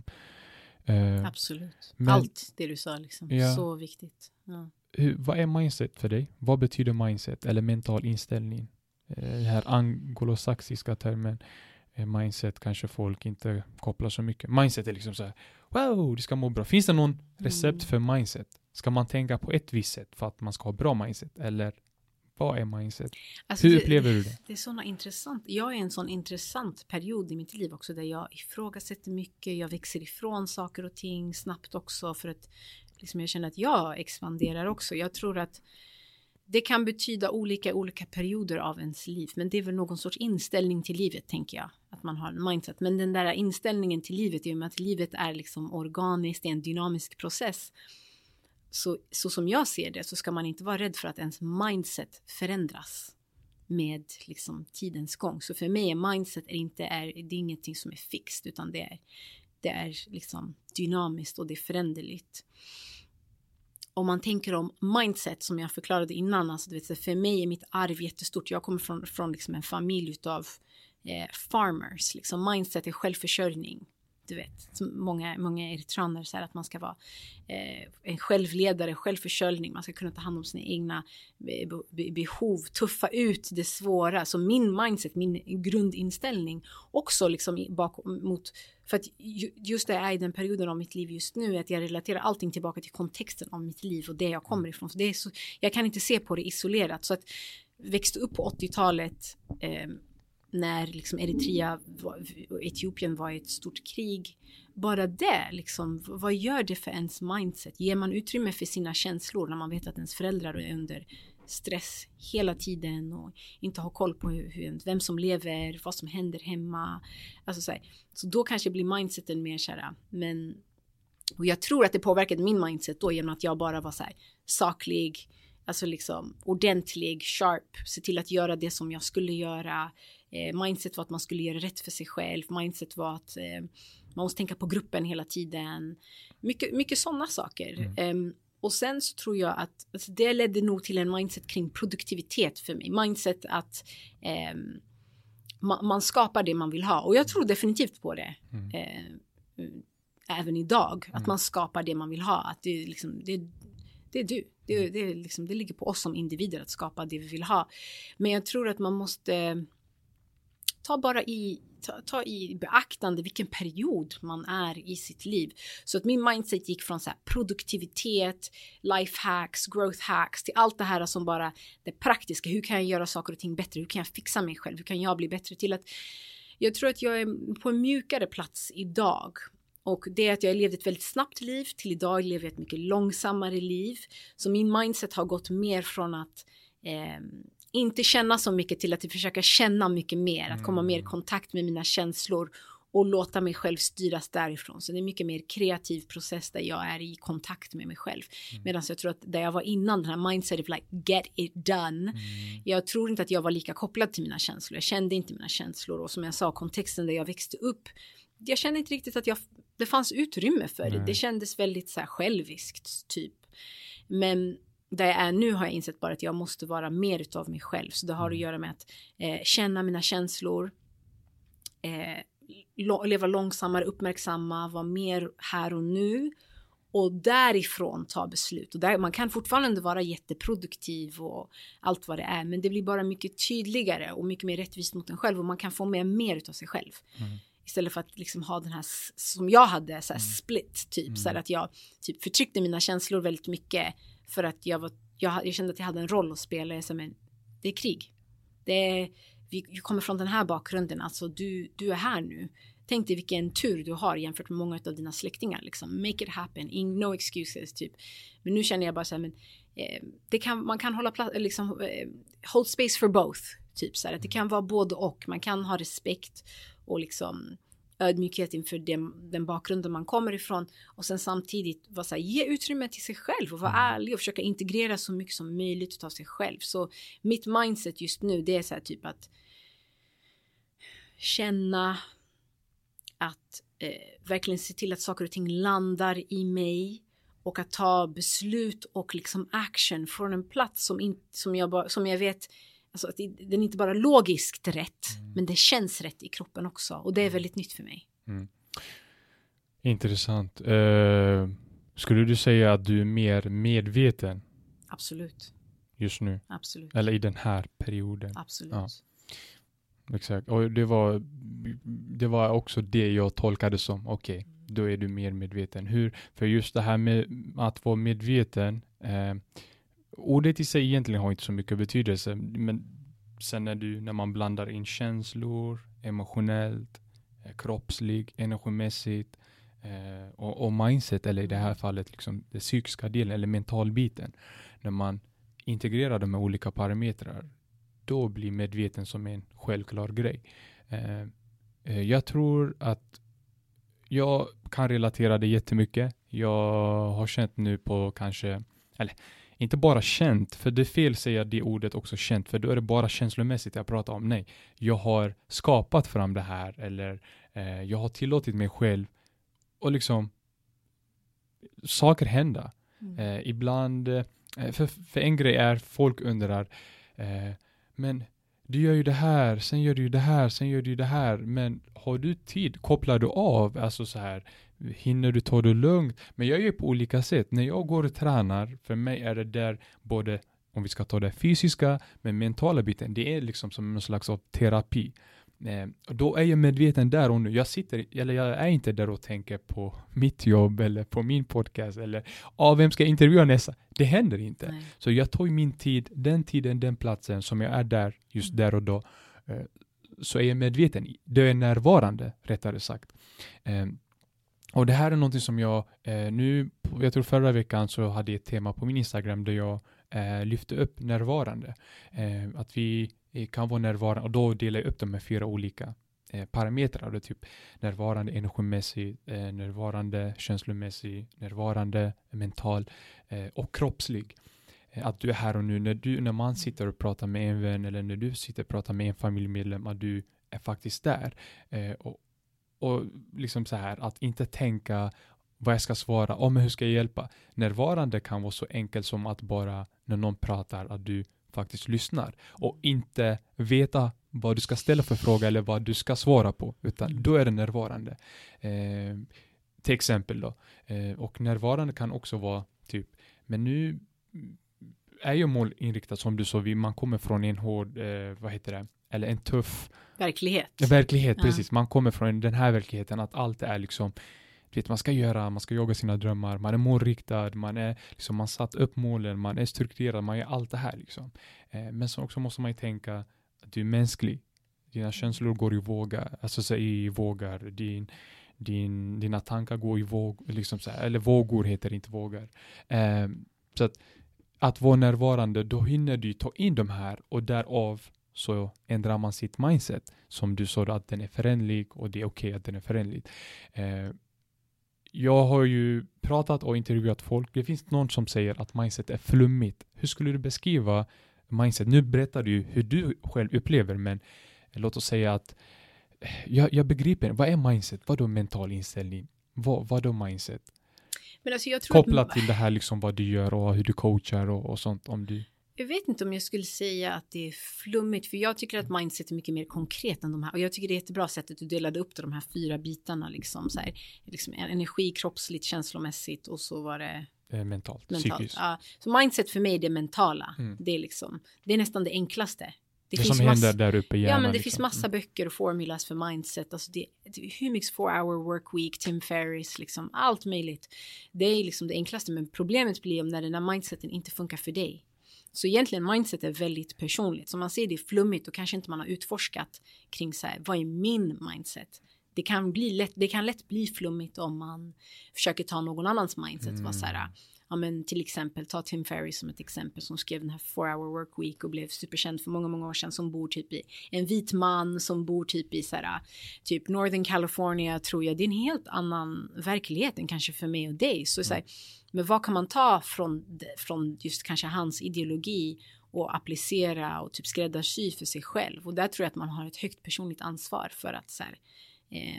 Uh, Absolut. Men, allt det du sa liksom. Ja. Så viktigt. Ja. Hur, vad är mindset för dig? Vad betyder mindset eller mental inställning? Uh, den här anglosaxiska termen uh, mindset kanske folk inte kopplar så mycket. Mindset är liksom så här, wow, du ska må bra. Finns det någon recept mm. för mindset? Ska man tänka på ett visst sätt för att man ska ha bra mindset? Eller vad är mindset? Alltså Hur det, upplever du det? Det är såna intressant. Jag är i en sån intressant period i mitt liv också, där jag ifrågasätter mycket. Jag växer ifrån saker och ting snabbt också, för att liksom jag känner att jag expanderar också. Jag tror att det kan betyda olika olika perioder av ens liv, men det är väl någon sorts inställning till livet, tänker jag, att man har en mindset. Men den där inställningen till livet är ju med att livet är liksom organiskt, det är en dynamisk process. Så, så som jag ser det, så ska man inte vara rädd för att ens mindset förändras med liksom tidens gång. Så för mig är mindset är inte är, det är ingenting som är fixt, utan det är, det är liksom dynamiskt och det är föränderligt. Om man tänker om mindset, som jag förklarade innan, alltså, du vet, för mig är mitt arv jättestort. Jag kommer från, från liksom en familj utav eh, farmers. Liksom mindset är självförsörjning. Du vet, som många, många eritreaner säger, att man ska vara eh, en självledare, självförsörjning. Man ska kunna ta hand om sina egna be, be, behov, tuffa ut det svåra. Så min mindset, min grundinställning också liksom bak, mot, för att just det är i den perioden av mitt liv just nu, att jag relaterar allting tillbaka till kontexten av mitt liv och det jag kommer ifrån. Så det är så, jag kan inte se på det isolerat. Så att växte upp på åttiotalet, eh, när liksom Eritrea och Etiopien var i ett stort krig. Bara det, liksom, vad gör det för ens mindset? Ger man utrymme för sina känslor när man vet att ens föräldrar är under stress hela tiden och inte har koll på hur, hur, vem som lever, vad som händer hemma. Alltså så här. Så då kanske blir mindseten mer så här, men och jag tror att det påverkade min mindset då genom att jag bara var så här saklig, Alltså liksom ordentlig, sharp, se till att göra det som jag skulle göra. Eh, mindset var att man skulle göra rätt för sig själv. Mindset var att eh, man måste tänka på gruppen hela tiden. Mycket, mycket sådana saker. Mm. Eh, och sen så tror jag att alltså det ledde nog till en mindset kring produktivitet för mig. Mindset att eh, man, man skapar det man vill ha. Och jag tror definitivt på det. Mm. Eh, även idag. Mm. Att man skapar det man vill ha. Att det, liksom, det, det är du. Det, det, är liksom, det ligger på oss som individer att skapa det vi vill ha. Men jag tror att man måste ta bara i, ta, ta i beaktande vilken period man är i sitt liv. Så att min mindset gick från så här produktivitet, life hacks, growth hacks till allt det här som bara det praktiska. Hur kan jag göra saker och ting bättre? Hur kan jag fixa mig själv? Hur kan jag bli bättre? Till att jag tror att jag är på en mjukare plats idag. Och det är att jag levde ett väldigt snabbt liv till idag lever jag ett mycket långsammare liv. Så min mindset har gått mer från att eh, inte känna så mycket till att försöka känna mycket mer. Att komma mer i kontakt med mina känslor och låta mig själv styras därifrån. Så det är mycket mer kreativ process där jag är i kontakt med mig själv. Mm. Medan jag tror att där jag var innan, den här mindset of like get it done. Mm. Jag tror inte att jag var lika kopplad till mina känslor. Jag kände inte mina känslor. Och som jag sa, kontexten där jag växte upp. Jag kände inte riktigt att jag, det fanns utrymme för det. Nej. Det kändes väldigt så här själviskt typ. Men där jag är nu har jag insett bara att jag måste vara mer utav mig själv. Så det har att göra med att eh, känna mina känslor. Eh, lo- leva långsammare, uppmärksamma, vara mer här och nu. Och därifrån ta beslut. Och där, man kan fortfarande vara jätteproduktiv och allt vad det är. Men det blir bara mycket tydligare och mycket mer rättvist mot en själv. Och man kan få med mer utav sig själv. Mm. Istället för att liksom ha den här som jag hade så här split typ. Mm. Så här att jag typ förtryckte mina känslor väldigt mycket. För att jag, var, jag, jag kände att jag hade en roll att spela. Jag sa, men det är krig. Det är, vi kommer från den här bakgrunden. Alltså du, du är här nu. Tänk dig vilken tur du har jämfört med många av dina släktingar. Liksom. Make it happen. In, no excuses typ. Men nu känner jag bara så här. Men, eh, det kan, man kan hålla plats. Liksom, eh, hold space for both. Typ så här. Att det kan vara både och. Man kan ha respekt. Och liksom ödmjukhet inför den, den bakgrunden man kommer ifrån. Och sen samtidigt vara så här, ge utrymme till sig själv. Och vara mm. ärlig och försöka integrera så mycket som möjligt av sig själv. Så mitt mindset just nu det är så här typ att känna att eh, verkligen se till att saker och ting landar i mig. Och att ta beslut och liksom action från en plats som, in, som, jag, som jag vet. Alltså att den är inte bara logiskt rätt. Mm. Men det känns rätt i kroppen också. Och det är väldigt nytt för mig. Mm. Intressant. Uh, skulle du säga att du är mer medveten? Absolut. Just nu? Absolut. Eller i den här perioden? Absolut. Ja. Exakt. Och det var, det var också det jag tolkade som. Okej, okay, mm. då är du mer medveten. Hur? För just det här med att vara medveten... Uh, ordet i sig egentligen har inte så mycket betydelse, men sen när, du, när man blandar in känslor, emotionellt, eh, kroppslig, energimässigt eh, och, och mindset, eller i det här fallet liksom den psykiska delen eller mentalbiten, när man integrerar de här olika parametrar, då blir medveten som en självklar grej. Eh, eh, jag tror att jag kan relatera det jättemycket. Jag har känt nu på kanske, eller inte bara känt, för det är fel att säga det ordet också känt, för då är det bara känslomässigt jag pratar om. Nej, jag har skapat fram det här, eller eh, jag har tillåtit mig själv och liksom saker hända. Mm. Eh, ibland, eh, för, för en grej är folk undrar, eh, men du gör ju det här, sen gör du ju det här, sen gör du ju det här, men har du tid? Kopplar du av? Alltså så här, hinner du ta det lugnt? Men jag gör på olika sätt. När jag går och tränar, för mig är det där både, om vi ska ta det fysiska, men mentala biten, det är liksom som en slags av terapi. Eh, och då är jag medveten där och nu. Jag sitter, eller jag är inte där och tänker på mitt jobb eller på min podcast eller av vem ska jag intervjua nästa. Det händer inte. Nej. Så jag tar min tid, den tiden, den platsen som jag är där just mm. där och då. Eh, så är jag medveten. Det är närvarande, rättare sagt. Eh, och det här är någonting som jag eh, nu, jag tror förra veckan så hade jag ett tema på min Instagram där jag eh, lyfte upp närvarande. Eh, att vi kan vara närvarande, och då delar jag upp dem med fyra olika eh, parametrar. Det är typ närvarande energimässig, eh, närvarande känslomässig, närvarande mental eh, och kroppslig. Att du är här och nu. När, du, när man sitter och pratar med en vän eller när du sitter och pratar med en familjemedlem, att du är faktiskt där. Eh, och, och liksom så här, att inte tänka vad jag ska svara, oh, men hur ska jag hjälpa? Närvarande kan vara så enkelt som att bara när någon pratar att du faktiskt lyssnar och inte veta vad du ska ställa för fråga eller vad du ska svara på, utan då är det närvarande. Eh, till exempel då. Eh, och närvarande kan också vara typ, men nu är ju målinriktat som du sa, man kommer från en hård, eh, vad heter det, eller en tuff verklighet. Verklighet, ja. Precis. Man kommer från den här verkligheten att allt är liksom, vet, man ska göra, man ska jaga sina drömmar, man är målriktad, man är liksom, man satt upp målen, man är strukturerad, man gör allt det här liksom. Eh, men så också måste man ju tänka att du är mänsklig. Dina känslor går i vågar, alltså så i vågar, din din dina tankar går i våg liksom så här, eller vågor heter det, inte vågar. Eh, så att att vara närvarande, då hinner du ta in de här och därav så ändrar man sitt mindset. Som du sa, att den är förändlig och det är okej okay att den är förändlig. Eh, jag har ju pratat och intervjuat folk. Det finns någon som säger att mindset är flummigt. Hur skulle du beskriva mindset? Nu berättar du hur du själv upplever, men låt oss säga att jag, jag begriper, vad är mindset? Vad är mental inställning? Vad, vad är mindset? Men alltså jag tror Kopplat att, till det här liksom vad du gör och hur du coachar och, och sånt. Om du... Jag vet inte om jag skulle säga att det är flummigt, för jag tycker att mindset är mycket mer konkret än de här. Och jag tycker det är ett bra sätt att du delade upp de här fyra bitarna. Liksom, så här, liksom energi, kroppsligt, känslomässigt och så var det... Eh, mentalt, mentalt. psykiskt. Ja, så mindset för mig är det mentala. Mm. Det, är liksom, det är nästan det enklaste. Det, det finns som massa, händer där uppe i hjärnan. Ja, men det liksom. finns massa böcker och formulas för mindset. Alltså det, det, hur mycket four hour work week, Tim Ferriss, liksom, allt möjligt. Det är liksom det enklaste, men problemet blir om när den här mindseten inte funkar för dig. Så egentligen mindset är väldigt personligt. Så man ser det är flummigt och kanske inte man har utforskat kring så här, vad är min mindset? Det kan, bli lätt, det kan lätt bli flummigt om man försöker ta någon annans mindset. Mm. Var så här, ja, men till exempel, ta Tim Ferriss som ett exempel som skrev den här four hour work week och blev superkänd för många, många år sedan, som bor typ i en vit man som bor typ i så här, typ Northern California, tror jag. Det är en helt annan verklighet än kanske för mig och dig. Så, mm. så här, men vad kan man ta från, från just kanske hans ideologi och applicera och typ skräddarsy för sig själv? Och där tror jag att man har ett högt personligt ansvar för att så här, eh,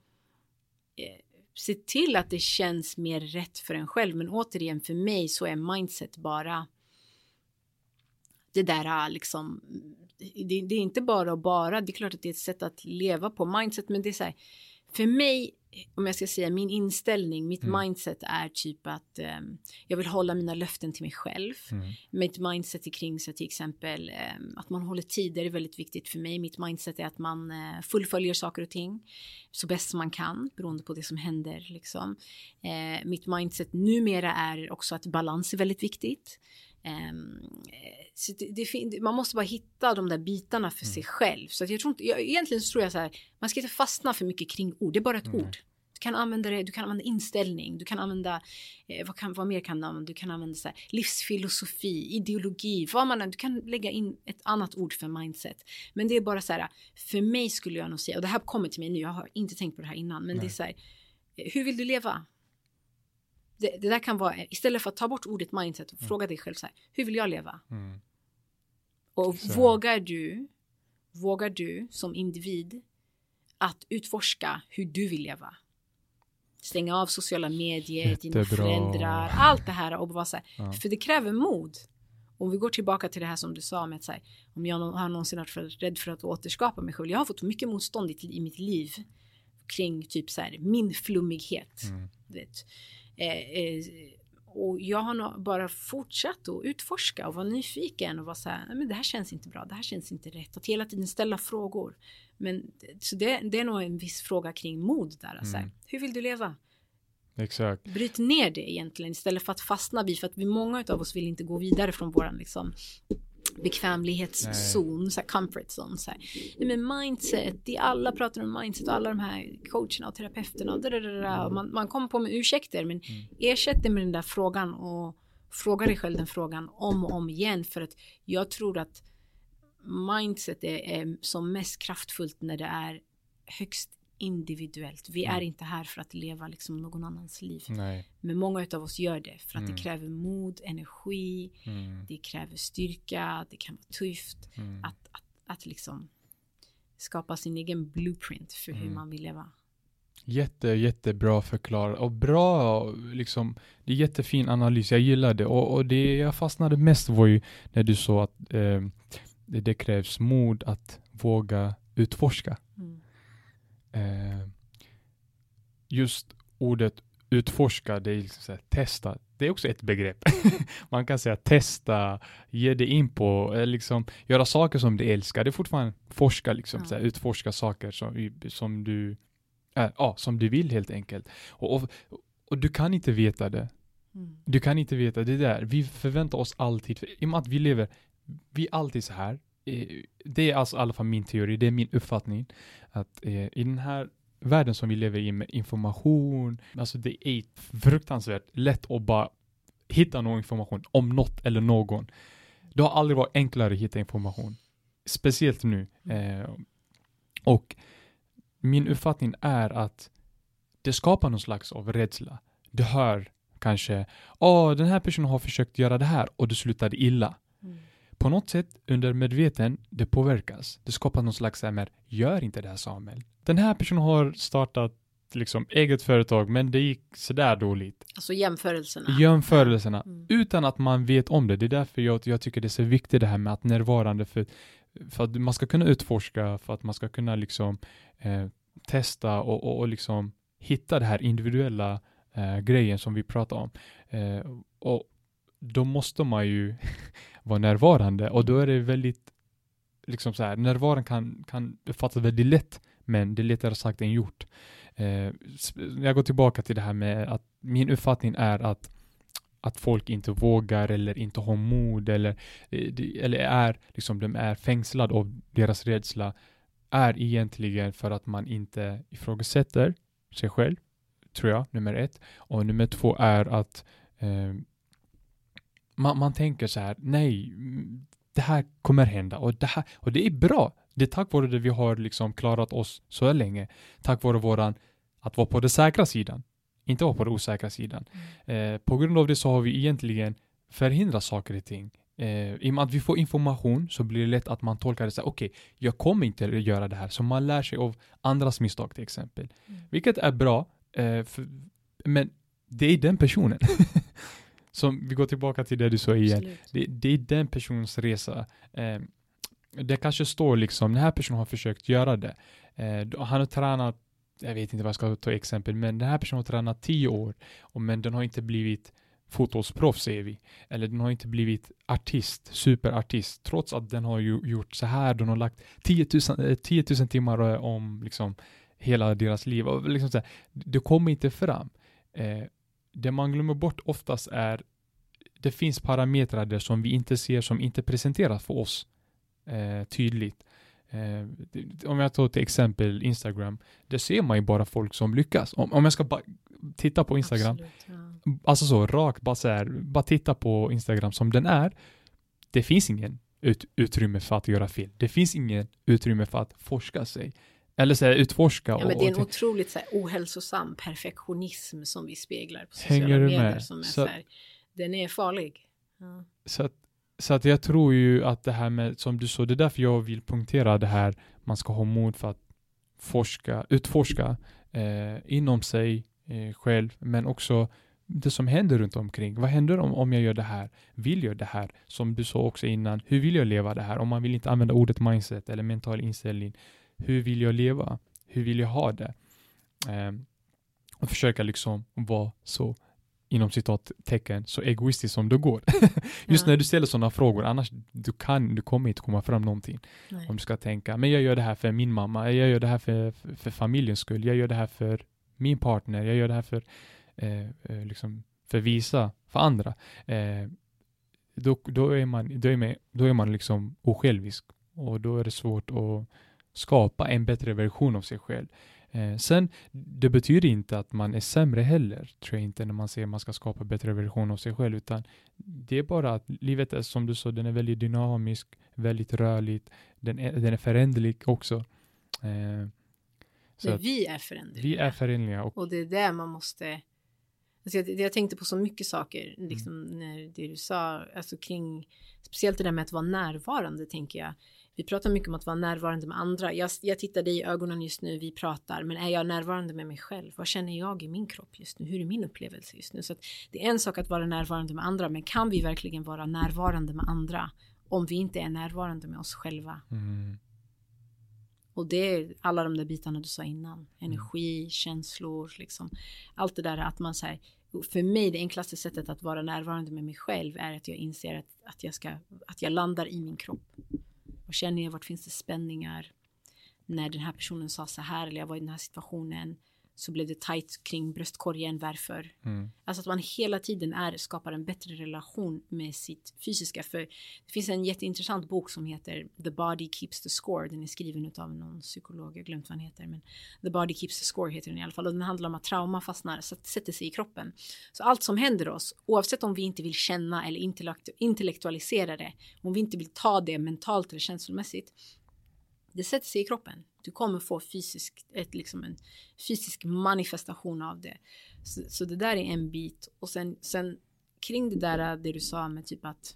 eh, se till att det känns mer rätt för en själv. Men återigen, för mig så är mindset bara det där liksom, det, det är inte bara och bara, det är klart att det är ett sätt att leva på mindset, men det är så här, för mig, om jag ska säga min inställning, mitt mm. mindset är typ att um, jag vill hålla mina löften till mig själv. Mm. Mitt mindset är kring så till exempel um, att man håller tider är väldigt viktigt för mig. Mitt mindset är att man uh, fullföljer saker och ting så bäst man kan beroende på det som händer. Liksom. Uh, mitt mindset numera är också att balans är väldigt viktigt. Um, så det, det, man måste bara hitta de där bitarna för mm. sig själv. Så att jag tror inte, jag, egentligen så tror jag så här, man ska inte fastna för mycket kring ord. Det är bara ett mm. ord. Du kan använda det, du kan använda inställning, du kan använda eh, vad, kan, vad mer kan du använda? Du kan använda så här, livsfilosofi, ideologi, vad man, du kan lägga in ett annat ord för mindset. Men det är bara så här, för mig skulle jag nog säga, och det här kommer till mig nu, jag har inte tänkt på det här innan, men Nej. det är så här, hur vill du leva? Det, det där kan vara, istället för att ta bort ordet mindset och mm. fråga dig själv så här, hur vill jag leva? Mm. Och så. vågar du, vågar du som individ att utforska hur du vill leva? Stänga av sociala medier, Jättebra. dina föräldrar, allt det här och bara så här, ja. För det kräver mod. Om vi går tillbaka till det här som du sa med att så här, om jag har någonsin varit för rädd för att återskapa mig själv. Jag har fått mycket motstånd i, i mitt liv kring typ så här, min flummighet. Mm. Vet. Eh, eh, och jag har nog bara fortsatt att utforska och vara nyfiken och vara så här, nej men det här känns inte bra, det här känns inte rätt. Att hela tiden ställa frågor. Men så det, det är nog en viss fråga kring mod där. Alltså. Mm. Hur vill du leva? Exakt. Bryt ner det egentligen istället för att fastna vid, för att vi många av oss vill inte gå vidare från våran liksom bekvämlighetszon, så här comfort zone. Så här. Nej, men mindset, de alla pratar om mindset och alla de här coacherna och terapeuterna och, dadadada, och man, man kommer på med ursäkter, men mm. ersätt det med den där frågan och fråga dig själv den frågan om och om igen, för att jag tror att mindset är, är som mest kraftfullt när det är högst individuellt. Vi Mm. är inte här för att leva liksom någon annans liv. Nej. Men många av oss gör det för att Mm. det kräver mod, energi, Mm. det kräver styrka, det kan vara tufft Mm. att, att, att liksom skapa sin egen blueprint för hur Mm. man vill leva. Jätte, jättebra förklarat. Och bra, liksom, det är jättefin analys. Jag gillar det. Och, och det jag fastnade mest var ju när du sa att eh, det, det krävs mod att våga utforska. Mm. Eh, just ordet utforska, det är liksom så här, testa. Det är också ett begrepp. Man kan säga testa, ge dig in på, eh, liksom, göra saker som du älskar. Det är fortfarande forska, liksom, Ja. så här, utforska saker som, som du äh, ja, som du vill helt enkelt. Och, och, och du kan inte veta det. Mm. Du kan inte veta det där. Vi förväntar oss alltid, för, i och med att vi lever, vi är alltid så här. Eh, det är alltså i alla fall min teori, det är min uppfattning. Att eh, i den här världen som vi lever i med information, alltså det är fruktansvärt lätt att bara hitta någon information om något eller någon. Det har aldrig varit enklare att hitta information. Speciellt nu. Eh, och min uppfattning är att det skapar någon slags av rädsla. Du hör kanske, åh, den här personen har försökt göra det här och det slutade illa. Mm. På något sätt under medveten, det påverkas. Det skapar någon slags här med, gör inte det här, Samuel. Den här personen har startat liksom eget företag, men det gick sådär dåligt. Alltså jämförelserna. Jämförelserna. Mm. Utan att man vet om det. Det är därför jag, jag tycker det är så viktigt det här med att närvarande. För, för att man ska kunna utforska, för att man ska kunna liksom eh, testa och, och, och liksom hitta det här individuella eh, grejen som vi pratar om. Eh, och då måste man ju vara närvarande. Och då är det väldigt liksom så här, närvaron kan, kan uppfattas väldigt lätt, men det är lättare sagt än gjort. Eh, jag går tillbaka till det här med att min uppfattning är att att folk inte vågar eller inte har mod eller, eller är liksom de är fängslade av deras rädsla är egentligen för att man inte ifrågasätter sig själv, tror jag, nummer ett. Och nummer två är att eh, man, man tänker så här, nej, det här kommer hända och det här, och det är bra. Det är tack vare det vi har liksom klarat oss så länge. Tack vare våran att vara på den säkra sidan. Inte vara på den osäkra sidan. Mm. Eh, på grund av det så har vi egentligen förhindrat saker och ting. Eh, I och med att vi får information så blir det lätt att man tolkar det så här, okej, okay, jag kommer inte göra det här. Så man lär sig av andras misstag till exempel. Mm. Vilket är bra. Eh, för, men det är den personen. Som vi går tillbaka till det du sa igen. Det, det är den personens resa. Eh, det kanske står liksom, den här personen har försökt göra det. Eh, han har tränat, jag vet inte vad jag ska ta exempel, men den här personen har tränat tio år. Och, men den har inte blivit fotbollsproffs, säger vi. Eller den har inte blivit artist, superartist. Trots att den har ju gjort så här. Den har lagt tio tusen timmar om liksom hela deras liv. Och liksom så här, det kommer inte fram. Eh, det man glömmer bort oftast är det finns parametrar där som vi inte ser, som inte presenteras för oss eh, tydligt. Eh, om jag tar till exempel Instagram, där ser man ju bara folk som lyckas. Om, om jag ska bara titta på Instagram, absolut, ja. Alltså så rakt, bara, så här, bara titta på Instagram som den är, det finns ingen ut, utrymme för att göra fel. Det finns ingen utrymme för att forska sig. Eller så här, utforska. Ja, och, men det är en och, otroligt så här, ohälsosam perfektionism som vi speglar på sociala hänger du medier. med? Som är så, så här, den är farlig. Ja. Så att Så att jag tror ju att det här med, som du sa, det är därför jag vill punktera det här, man ska ha mod för att forska, utforska eh, inom sig eh, själv, men också det som händer runt omkring. Vad händer om, om jag gör det här? Vill jag det här? Som du sa också innan, hur vill jag leva det här? Om man vill inte använda ordet mindset eller mental inställning, hur vill jag leva? Hur vill jag ha det? Eh, och försöka liksom vara så inom citattecken så egoistiskt som det går. Just ja. När du ställer sådana frågor, annars du kan, du kommer inte komma fram någonting. Nej. Om du ska tänka, men jag gör det här för min mamma, jag gör det här för, för, för familjens skull, jag gör det här för min partner, jag gör det här för eh, liksom för visa, för andra. Eh, då, då är man, då är man, då är man liksom osjälvisk och då är det svårt att skapa en bättre version av sig själv. Eh, sen, det betyder inte att man är sämre heller, tror jag inte, när man säger att man ska skapa bättre version av sig själv, utan det är bara att livet är, som du sa, den är väldigt dynamisk, väldigt rörligt, den är, den är föränderlig också. Eh, Så vi är föränderliga. Vi är föränderliga. Och, och det är där man måste... Alltså jag, jag tänkte på så mycket saker. Liksom mm. när det du sa, alltså kring... Speciellt det där med att vara närvarande, tänker jag. Vi pratar mycket om att vara närvarande med andra. Jag, jag tittar dig i ögonen just nu, vi pratar. Men är jag närvarande med mig själv? Vad känner jag i min kropp just nu? Hur är min upplevelse just nu? Så att det är en sak att vara närvarande med andra. Men kan vi verkligen vara närvarande med andra om vi inte är närvarande med oss själva? Mm. Och det är alla de där bitarna du sa innan. Energi, mm. känslor, liksom. Allt det där att man säger... För mig, det enklaste sättet att vara närvarande med mig själv är att jag inser att, att, jag, ska, att jag landar i min kropp. Och känner jag vart finns det spänningar. När den här personen sa så här, eller jag var i den här situationen, så blev det tajt kring bröstkorgen. Varför? Mm. Alltså att man hela tiden är, skapar en bättre relation med sitt fysiska. För det finns en jätteintressant bok som heter The Body Keeps the Score. Den är skriven av någon psykolog, jag glömt vad han heter. Men The Body Keeps the Score heter den i alla fall. Och den handlar om att trauma fastnar, så att det sätter sig i kroppen. Så allt som händer oss, oavsett om vi inte vill känna eller intellekt- intellektualisera det, om vi inte vill ta det mentalt eller känslomässigt, det sätter sig i kroppen. Du kommer få fysisk, ett, liksom en fysisk manifestation av det. Så, så det där är en bit. Och sen, sen kring det där, det du sa med typ att,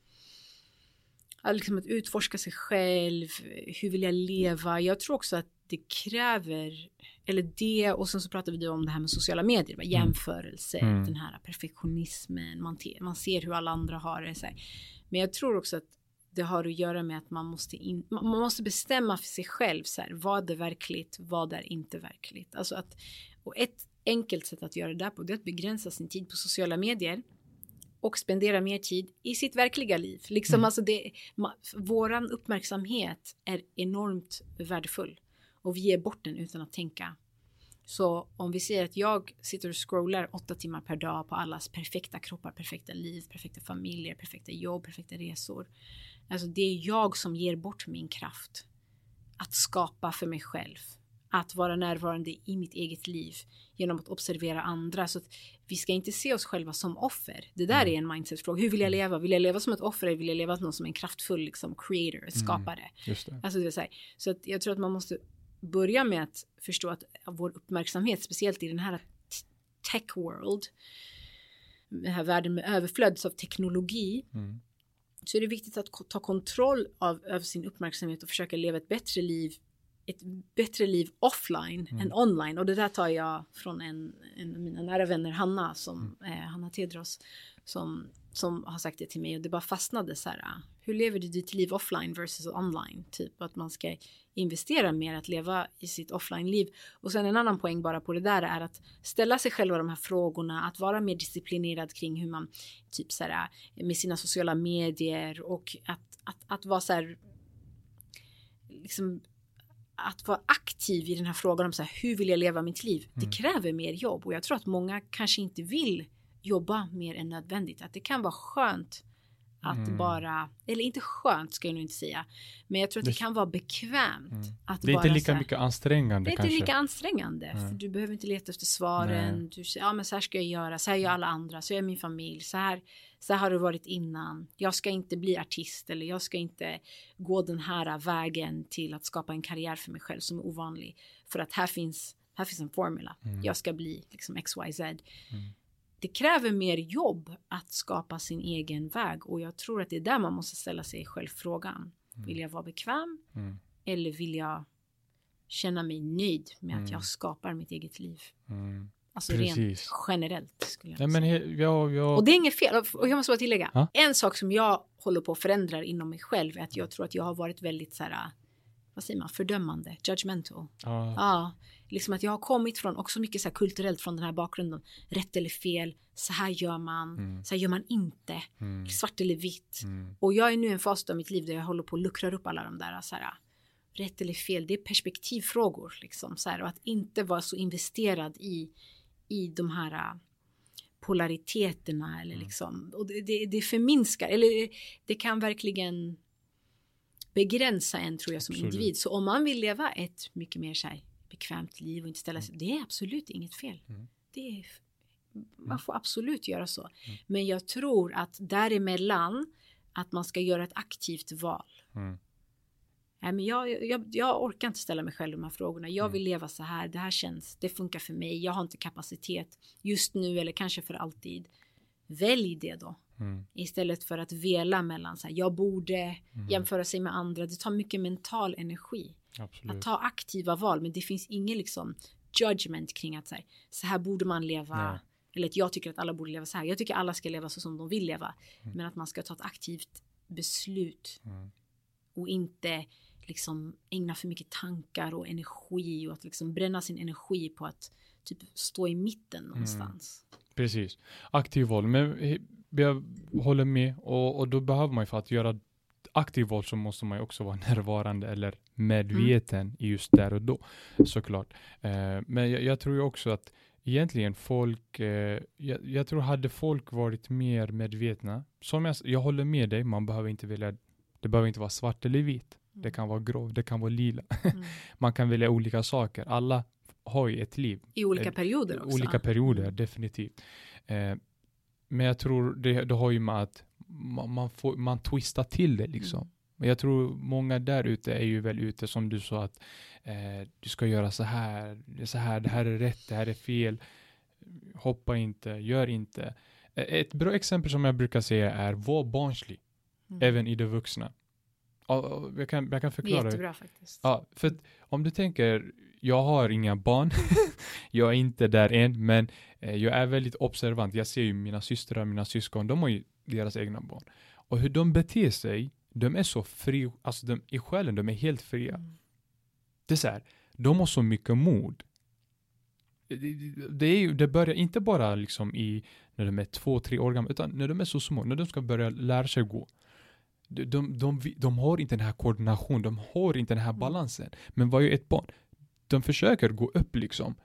att, liksom att utforska sig själv. Hur vill jag leva? Jag tror också att det kräver, eller det, och sen så pratar vi om det här med sociala medier, va? Jämförelse, mm. den här perfektionismen. Man, te, man ser hur alla andra har det. Så här. Men jag tror också att det har att göra med att man måste, in, man måste bestämma för sig själv så här, vad är verkligt, vad är inte verkligt. Alltså att, och ett enkelt sätt att göra det där på, det är att begränsa sin tid på sociala medier och spendera mer tid i sitt verkliga liv. Liksom, mm. alltså det, ma, våran uppmärksamhet är enormt värdefull och vi ger bort den utan att tänka. Så om vi säger att jag sitter och scrollar åtta timmar per dag på allas perfekta kroppar, perfekta liv, perfekta familjer, perfekta jobb, perfekta resor. Alltså det är jag som ger bort min kraft att skapa för mig själv. Att vara närvarande i mitt eget liv genom att observera andra. Så att vi ska inte se oss själva som offer. Det där är en mindset-fråga. Hur vill jag leva? Vill jag leva som ett offer eller vill jag leva som en kraftfull liksom, creator, skapare? Mm, just det. Alltså det är så här. Så att jag tror att man måste börja med att förstå att vår uppmärksamhet, speciellt i den här tech world, den här världen med överflöd av teknologi, mm. så är det viktigt att ta kontroll av, över sin uppmärksamhet och försöka leva ett bättre liv, ett bättre liv offline mm. än online. Och det där tar jag från en, en av mina nära vänner, Hanna, som, mm. eh, Hanna Tedros, som, som har sagt det till mig, och det bara fastnade så här: hur lever du ditt liv offline versus online? Typ att man ska investera mer att leva i sitt offline-liv. Och sen en annan poäng bara på det där är att ställa sig själva de här frågorna, att vara mer disciplinerad kring hur man typ så här, med sina sociala medier, och att, att, att vara så här, liksom, att vara aktiv i den här frågan om så här, hur vill jag leva mitt liv? Mm. Det kräver mer jobb, och jag tror att många kanske inte vill jobba mer än nödvändigt. Att det kan vara skönt att mm. bara, eller inte skönt ska jag nog inte säga, men jag tror att det, det kan vara bekvämt mm. att det är bara, inte lika så här, mycket ansträngande. Det är kanske. inte lika ansträngande, mm. för du behöver inte leta efter svaren. Nej. Du säger, ja men så här ska jag göra, så här gör alla andra, så är min familj, så här, så här har det varit innan. Jag ska inte bli artist, eller jag ska inte gå den här vägen till att skapa en karriär för mig själv som är ovanlig, för att här finns, här finns en formula. Mm. Jag ska bli liksom X Y Z. Mm. Det kräver mer jobb att skapa sin egen väg. Och jag tror att det är där man måste ställa sig själv frågan. Mm. Vill jag vara bekväm? Mm. Eller vill jag känna mig nöjd med mm. att jag skapar mitt eget liv? Mm. Alltså Precis. Rent generellt skulle jag ja, men he- ja, ja. Och det är inget fel. Och jag måste bara tillägga. Ha? En sak som jag håller på att förändra inom mig själv är att jag tror att jag har varit väldigt så här, vad säger man, fördömande, judgmental. Ah. Ja, liksom att jag har kommit från också mycket så här kulturellt från den här bakgrunden, rätt eller fel, så här gör man, mm. så här gör man inte, mm. svart eller vitt. Mm. Och jag är nu i en fas av mitt liv där jag håller på att luckra upp alla de där så här, rätt eller fel, det är perspektivfrågor liksom, så här, och att inte vara så investerad i, i de här polariteterna eller mm. liksom, och det, det, det förminskar, eller det kan verkligen begränsa en, tror jag, som absolut. Individ. Så om man vill leva ett mycket mer så här bekvämt liv och inte ställa sig, mm. det är absolut inget fel. Mm. Det är, man får absolut göra så. Mm. Men jag tror att däremellan att man ska göra ett aktivt val. Mm. Nej, men jag, jag, jag orkar inte ställa mig själv de här frågorna. Jag vill leva så här. Det här känns, det funkar för mig. Jag har inte kapacitet just nu eller kanske för alltid. Välj det då. Mm. Istället för att vela mellan så här, jag borde mm. jämföra sig med andra. Det tar mycket mental energi. Absolut. Att ta aktiva val. Men det finns ingen liksom judgment kring att så här, så här borde man leva. Ja. Eller att jag tycker att alla borde leva så här. Jag tycker alla ska leva så som de vill leva. Mm. Men att man ska ta ett aktivt beslut. Mm. Och inte liksom ägna för mycket tankar och energi. Och att liksom bränna sin energi på att typ stå i mitten någonstans. Mm. Precis. Aktiv val. Men jag håller med. Och, och då behöver man ju för att göra aktiv val så måste man ju också vara närvarande eller medveten mm. i just där och då. Såklart. Eh, men jag, jag tror ju också att egentligen folk, eh, jag, jag tror hade folk varit mer medvetna. Som jag, jag håller med dig, man behöver inte välja, det behöver inte vara svart eller vit. Mm. Det kan vara grå, det kan vara lila. Mm. Man kan välja olika saker. Alla har ju ett liv. I olika eh, perioder också. Olika perioder, definitivt. Eh, men jag tror det, det har ju med att man, man, får, man twistar till det liksom. Mm. Men jag tror många där ute är ju väl ute som du sa att eh, du ska göra så här, så här, det här är rätt, det här är fel. Hoppa inte, gör inte. Ett bra exempel som jag brukar säga är var barnslig. Mm. Även i det vuxna. Ja, jag, kan, jag kan förklara. Jättebra faktiskt. Ja, för att, om du tänker, jag har inga barn. Jag är inte där än, men eh, jag är väldigt observant. Jag ser ju mina systrar, mina syskon, de har ju deras egna barn. Och hur de beter sig, de är så fri, alltså de, i själen, de är helt fria. Mm. Det är så här, de har så mycket mod. Det, det, är ju, det börjar inte bara liksom i, när de är två, tre år gamla, utan när de är så små, när de ska börja lära sig gå. De, de, de, de har inte den här koordinationen, de har inte den här balansen. Men vad är ett barn? De försöker gå upp liksom.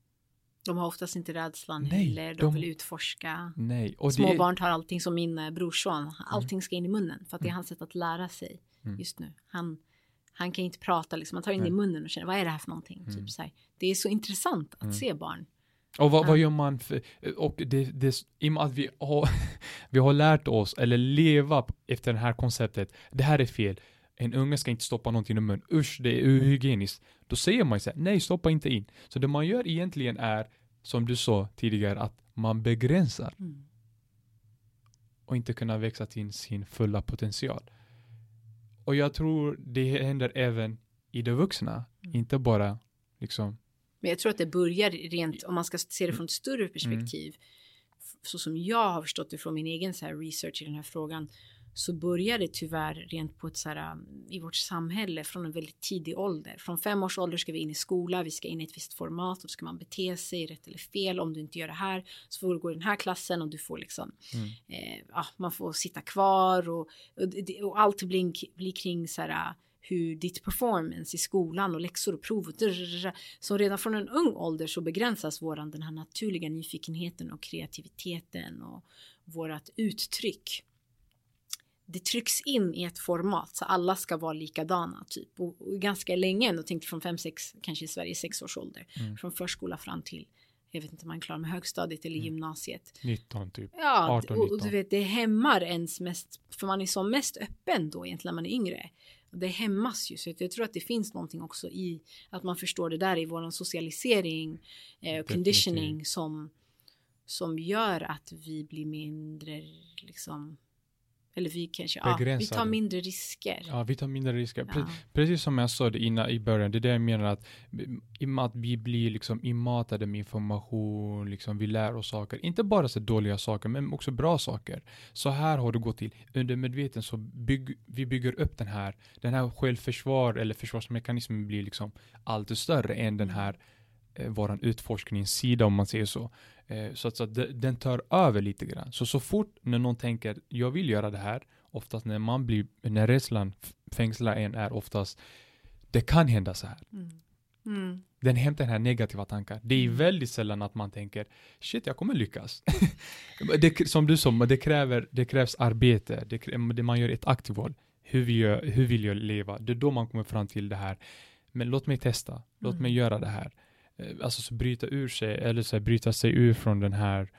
De har oftast inte rädslan nej, heller. De, de vill utforska. Nej. Och små det... barn tar allting som min brorson. Allting ska in i munnen. För att det är hans sätt att lära sig mm. just nu. Han, han kan inte prata. Liksom. Han tar in nej. i munnen och känner, vad är det här för någonting? Mm. Typ så här. Det är så intressant att mm. se barn. Och vad, ja. vad gör man? För, och det, det, i och med att vi har, vi har lärt oss eller leva efter det här konceptet. Det här är fel. En unge ska inte stoppa någonting i munnen. Usch, det är ohygieniskt. Då säger man så här, nej, stoppa inte in. Så det man gör egentligen är, som du sa tidigare, att man begränsar. Mm. Och inte kunna växa till sin fulla potential. Och jag tror det händer även i det vuxna. Mm. Inte bara liksom... Men jag tror att det börjar rent, om man ska se det från ett större perspektiv. Mm. Så som jag har förstått det från min egen så här research i den här frågan. Så börjar det tyvärr rent på ett så här, i vårt samhälle från en väldigt tidig ålder. Från fem års ålder ska vi in i skola, vi ska in i ett visst format, och då ska man bete sig rätt eller fel. Om du inte gör det här så får du gå i den här klassen och du får liksom, mm. eh, ja, man får sitta kvar och, och, och allt blir, blir kring så här, hur ditt performance i skolan och läxor och prov. Så redan från en ung ålder så begränsas våran den här naturliga nyfikenheten och kreativiteten och vårat uttryck. Det trycks in i ett format så alla ska vara likadana typ. Och, och ganska länge ändå, tänkte från fem, sex, kanske i Sverige sex års ålder. Mm. Från förskola fram till, jag vet inte om man är klar med högstadiet eller mm. gymnasiet. nitton typ. Ja, arton, och, och du vet, det hämmar ens mest, för man är som mest öppen då egentligen när man är yngre. Och det hämmas ju, så jag tror att det finns någonting också i att man förstår det där i vår socialisering eh, och conditioning som, som gör att vi blir mindre liksom... Eller vi kanske, ja, vi tar mindre risker. Ja, vi tar mindre risker. Ja. Pre- precis som jag sa det innan i början. Det är det jag menar att i och med att vi blir liksom inmatade med information, liksom vi lär oss saker. Inte bara så dåliga saker, men också bra saker. Så här har det gått till. Under medveten så bygg, vi bygger upp den här, den här självförsvar eller försvarsmekanismen blir liksom allt större än den här eh, våran utforskningssida, om man säger så. Så att, så att den tar över lite grann. Så så fort när någon tänker jag vill göra det här, oftast när man blir, när rädslan fängslar en är oftast det kan hända så här. Mm. Mm. Den hämtar den här negativa tankar. Det är mm. väldigt sällan att man tänker shit, jag kommer lyckas. det, som du sa, det, kräver, det krävs arbete. Det, det, man gör ett aktivt val. Hur vill, jag, hur vill jag leva? Det är då man kommer fram till det här. Men låt mig testa. Låt mm. mig göra det här. Alltså så bryta ur sig eller så bryta sig ur från den här,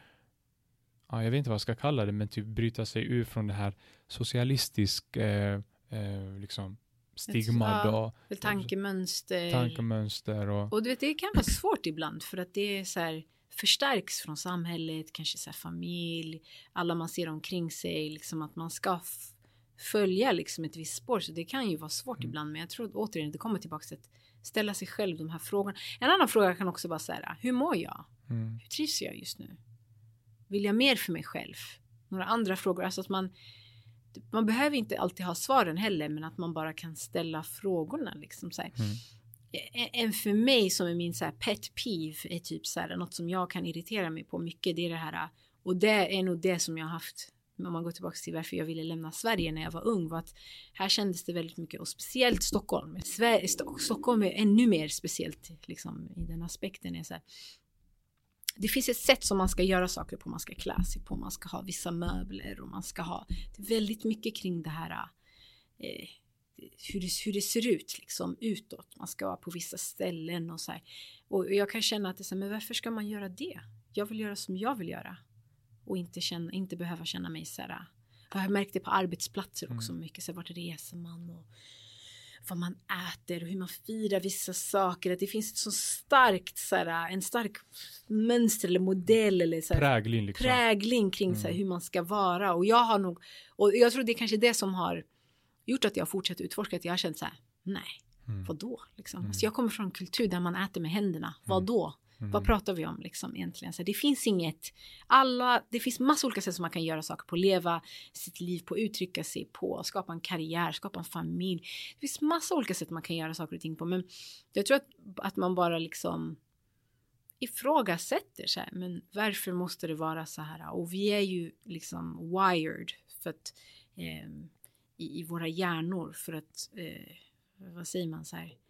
ja, jag vet inte vad jag ska kalla det, men typ bryta sig ur från det här socialistisk eh, eh, liksom stigma ja, då. Tankemönster. Tankemönster och... och du vet, det kan vara svårt ibland för att det är så här, förstärks från samhället, kanske så här familj, alla man ser omkring sig, liksom att man ska f- följa liksom ett visst spår, så det kan ju vara svårt mm. ibland, men jag tror att återigen det kommer tillbaka till att ställa sig själv de här frågorna. En annan fråga kan också vara så här, hur mår jag? Mm. Hur trivs jag just nu? Vill jag mer för mig själv? Några andra frågor, alltså att man man behöver inte alltid ha svaren heller, men att man bara kan ställa frågorna liksom så här. Mm. En för mig som är min så här pet peeve är typ så här, något som jag kan irritera mig på mycket, det är det här, och det är nog det som jag har haft, om man går tillbaka till varför jag ville lämna Sverige när jag var ung, var att här kändes det väldigt mycket, och speciellt Stockholm, Sverige, Stockholm är ännu mer speciellt liksom i den aspekten är så här, det finns ett sätt som man ska göra saker på, man ska klä sig på, man ska ha vissa möbler och man ska ha, det är väldigt mycket kring det här eh, hur, det, hur det ser ut liksom utåt, man ska vara på vissa ställen och så här. Och jag kan känna att det är så här, men varför ska man göra det? Jag vill göra som jag vill göra och inte, känna, inte behöva känna mig så här, jag har märkt det på arbetsplatser också mm. mycket, så här, vart reser man och vad man äter och hur man firar vissa saker, att det finns ett så starkt så här, en stark mönster eller modell eller så här, prägling, liksom. prägling kring mm. så här, hur man ska vara, och jag har nog, och jag tror det är kanske det som har gjort att jag fortsätter utforska, att jag har känt så här, nej, mm. vadå liksom? Mm. Alltså jag kommer från en kultur där man äter med händerna, mm. vadå? Mm. Vad pratar vi om liksom egentligen? Så det finns inget, alla, det finns massa olika sätt som man kan göra saker på, leva sitt liv på, uttrycka sig på, skapa en karriär, skapa en familj. Det finns massa olika sätt man kan göra saker och ting på, men jag tror att, att man bara liksom ifrågasätter så här, men varför måste det vara så här? Och vi är ju liksom wired för att eh, i, i våra hjärnor för att eh, vad säger man så här?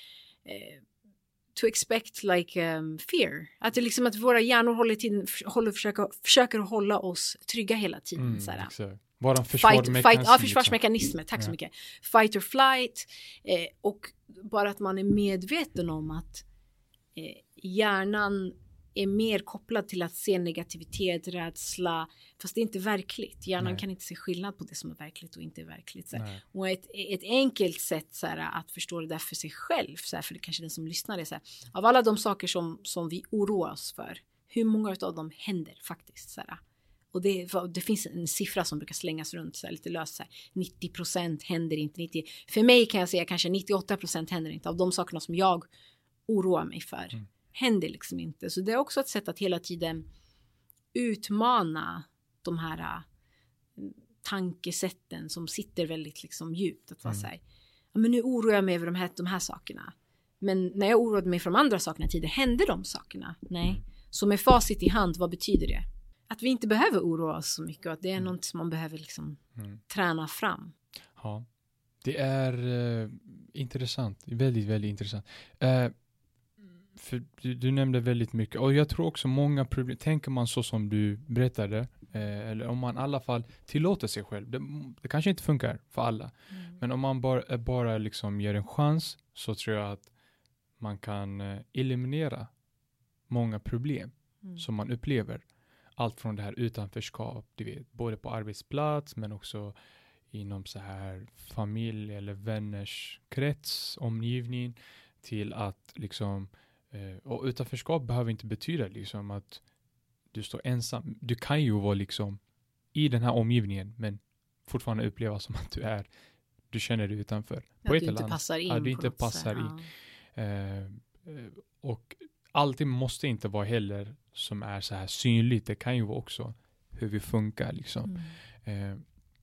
Eh, to expect like um, fear. Att det liksom att våra hjärnor håller tiden, håller, försöker, försöker hålla oss trygga hela tiden. Mm, så här. Våra försvarsmekanismer. Ja, försvarsmekanismer. Tack ja. så mycket. Fight or flight. Eh, och bara att man är medveten om att eh, hjärnan är mer kopplad till att se negativitet, rädsla, fast det är inte verkligt. Hjärnan Nej. Kan inte se skillnad på det som är verkligt och inte är verkligt. Så här. Och ett, ett enkelt sätt så här, att förstå det där för sig själv, så här, för det kanske den som lyssnar är så här, av alla de saker som, som vi oroar oss för, hur många av dem händer faktiskt? Så här. Och det, det finns en siffra som brukar slängas runt så här, lite löst, så här, nittio procent händer inte. nittio För mig kan jag säga kanske nittioåtta procent händer inte av de sakerna som jag oroar mig för. Mm. Händer liksom inte. Så det är också ett sätt att hela tiden utmana de här uh, tankesätten som sitter väldigt liksom djupt. Att vara mm. så här, ja, men nu oroar jag mig över de här, de här sakerna. Men när jag oroade mig för de andra sakerna tidigare, hände de sakerna? Nej. Mm. Så med facit i hand, vad betyder det? Att vi inte behöver oroa oss så mycket och att det är mm. något som man behöver liksom mm. träna fram. Ja, det är uh, intressant. Väldigt, väldigt intressant. Uh, För du, du nämnde väldigt mycket. Och jag tror också många problem, tänker man så som du berättade, eh, eller om man i alla fall tillåter sig själv. Det, det kanske inte funkar för alla. Mm. Men om man bara, bara liksom ger en chans, så tror jag att man kan eh, eliminera många problem mm. som man upplever. Allt från det här utanförskap, du vet, både på arbetsplats men också inom så här familj eller vänners krets, omgivning, till att liksom och utanförskap behöver inte betyda liksom att du står ensam. Du kan ju vara liksom i den här omgivningen men fortfarande uppleva som att du är, du känner dig utanför. Ja, på ett du inte passar in. Ja, du inte passar in. Ja. Eh, och allting måste inte vara heller som är så här synligt. Det kan ju vara också hur vi funkar liksom. Mm. Eh,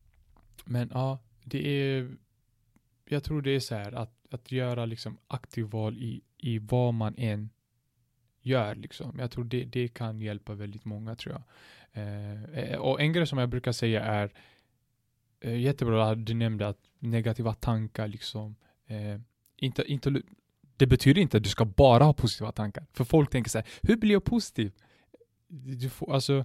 men ja, det är, jag tror det är så här att att göra liksom aktiv val i, i vad man än gör liksom. Jag tror det, det kan hjälpa väldigt många, tror jag. Eh, och en grej som jag brukar säga är eh, jättebra att du nämnde att negativa tankar liksom eh, inte, inte, det betyder inte att du ska bara ha positiva tankar. För folk tänker så här, hur blir jag positiv? Du får, alltså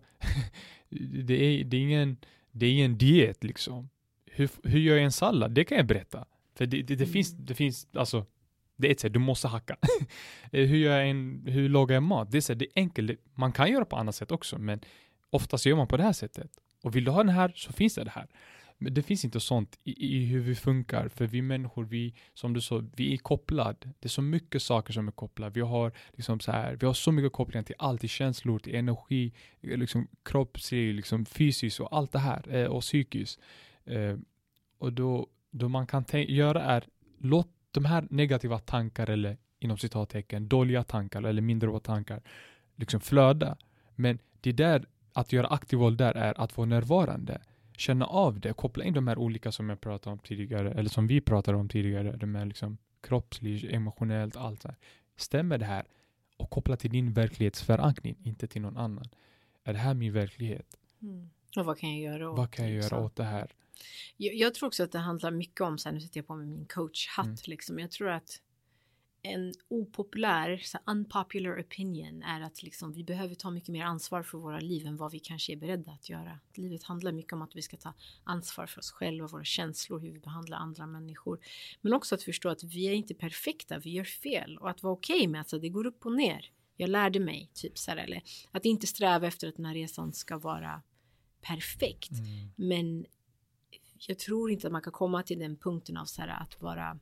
det är, det är ingen det är ingen diet liksom. Hur, hur gör jag en sallad? Det kan jag berätta. För det, det, det, mm. finns, det finns, alltså, det är ett sätt, du måste hacka. hur, gör jag en, hur lagar jag mat? Det är, så, det är enkelt, man kan göra på annat sätt också, men oftast gör man på det här sättet. Och vill du ha den här så finns det det här. Men det finns inte sånt i, i hur vi funkar. För vi människor, vi, som du sa, vi är kopplade. Det är så mycket saker som är kopplade. Vi har liksom så här, vi har så mycket kopplingar till allt, till känslor, till energi, liksom kroppslig, liksom fysiskt och allt det här. Eh, och psykiskt. Eh, och då, då man kan tänk- göra är, låt de här negativa tankar eller inom citattecken, dåliga tankar eller mindre bra tankar liksom flöda. Men det där, att göra aktiv val där är att vara närvarande. Känna av det, koppla in de här olika som jag pratade om tidigare, eller som vi pratade om tidigare, de här liksom kroppsligt, emotionellt, allt så här. Stämmer det här? Och koppla till din verklighetsförankring, inte till någon annan. Är det här min verklighet? Mm. Och vad kan jag göra åt Vad kan jag liksom? göra åt det här? Jag, jag tror också att det handlar mycket om, så här, nu sätter jag på mig min coachhatt, Mm. liksom. Jag tror att en opopulär, så unpopular opinion är att liksom, vi behöver ta mycket mer ansvar för våra liv än vad vi kanske är beredda att göra. Livet handlar mycket om att vi ska ta ansvar för oss själva, våra känslor, hur vi behandlar andra människor. Men också att förstå att vi är inte perfekta, vi gör fel. Och att vara okej okay med att så, det går upp och ner. Jag lärde mig, typ så här, eller att inte sträva efter att den här resan ska vara perfekt. Mm. Men jag tror inte att man kan komma till den punkten av så här, att vara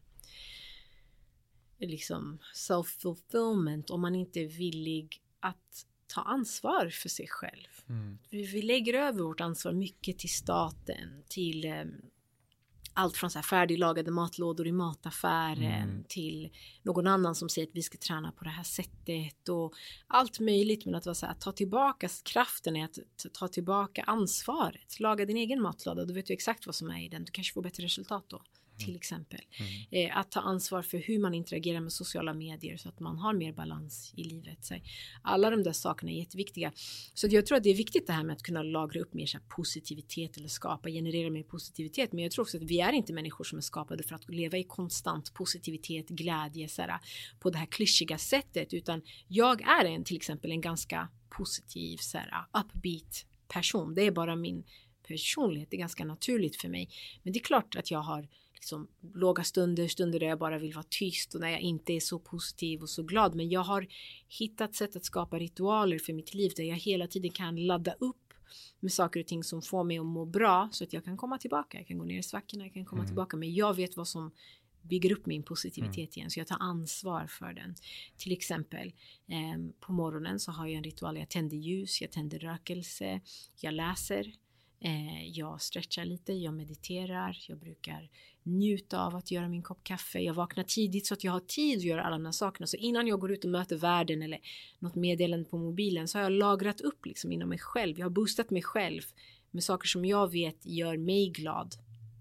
liksom self-fulfillment om man inte är villig att ta ansvar för sig själv. Mm. Vi, vi lägger över vårt ansvar mycket till staten, till eh, allt från så här färdiglagade matlådor i mataffären Mm. till någon annan som säger att vi ska träna på det här sättet och allt möjligt. Men att, vara så här, att ta tillbaka kraften är att ta tillbaka ansvaret. Laga din egen matlåda, då vet du exakt vad som är i den. Du kanske får bättre resultat då. Till exempel. Mm. Eh, att ta ansvar för hur man interagerar med sociala medier så att man har mer balans i livet. Så alla de där sakerna är jätteviktiga. Så jag tror att det är viktigt det här med att kunna lagra upp mer så här, positivitet eller skapa, generera mer positivitet. Men jag tror också att vi är inte människor som är skapade för att leva i konstant positivitet, glädje så här, på det här klyschiga sättet. Utan jag är en, till exempel en ganska positiv, så här, upbeat person. Det är bara min personlighet. Det är ganska naturligt för mig. Men det är klart att jag har liksom låga stunder, stunder där jag bara vill vara tyst och när jag inte är så positiv och så glad. Men jag har hittat sätt att skapa ritualer för mitt liv där jag hela tiden kan ladda upp med saker och ting som får mig att må bra så att jag kan komma tillbaka. Jag kan gå ner i svackorna, jag kan komma mm. tillbaka. Men jag vet vad som bygger upp min positivitet mm. igen. Så jag tar ansvar för den. Till exempel eh, på morgonen så har jag en ritual. Jag tänder ljus, jag tänder rökelse, jag läser. Eh, jag stretchar lite, jag mediterar, jag brukar njuta av att göra min kopp kaffe. Jag vaknar tidigt så att jag har tid att göra alla de här sakerna. Så innan jag går ut och möter världen eller något meddelande på mobilen så har jag lagrat upp liksom inom mig själv. Jag har boostat mig själv med saker som jag vet gör mig glad.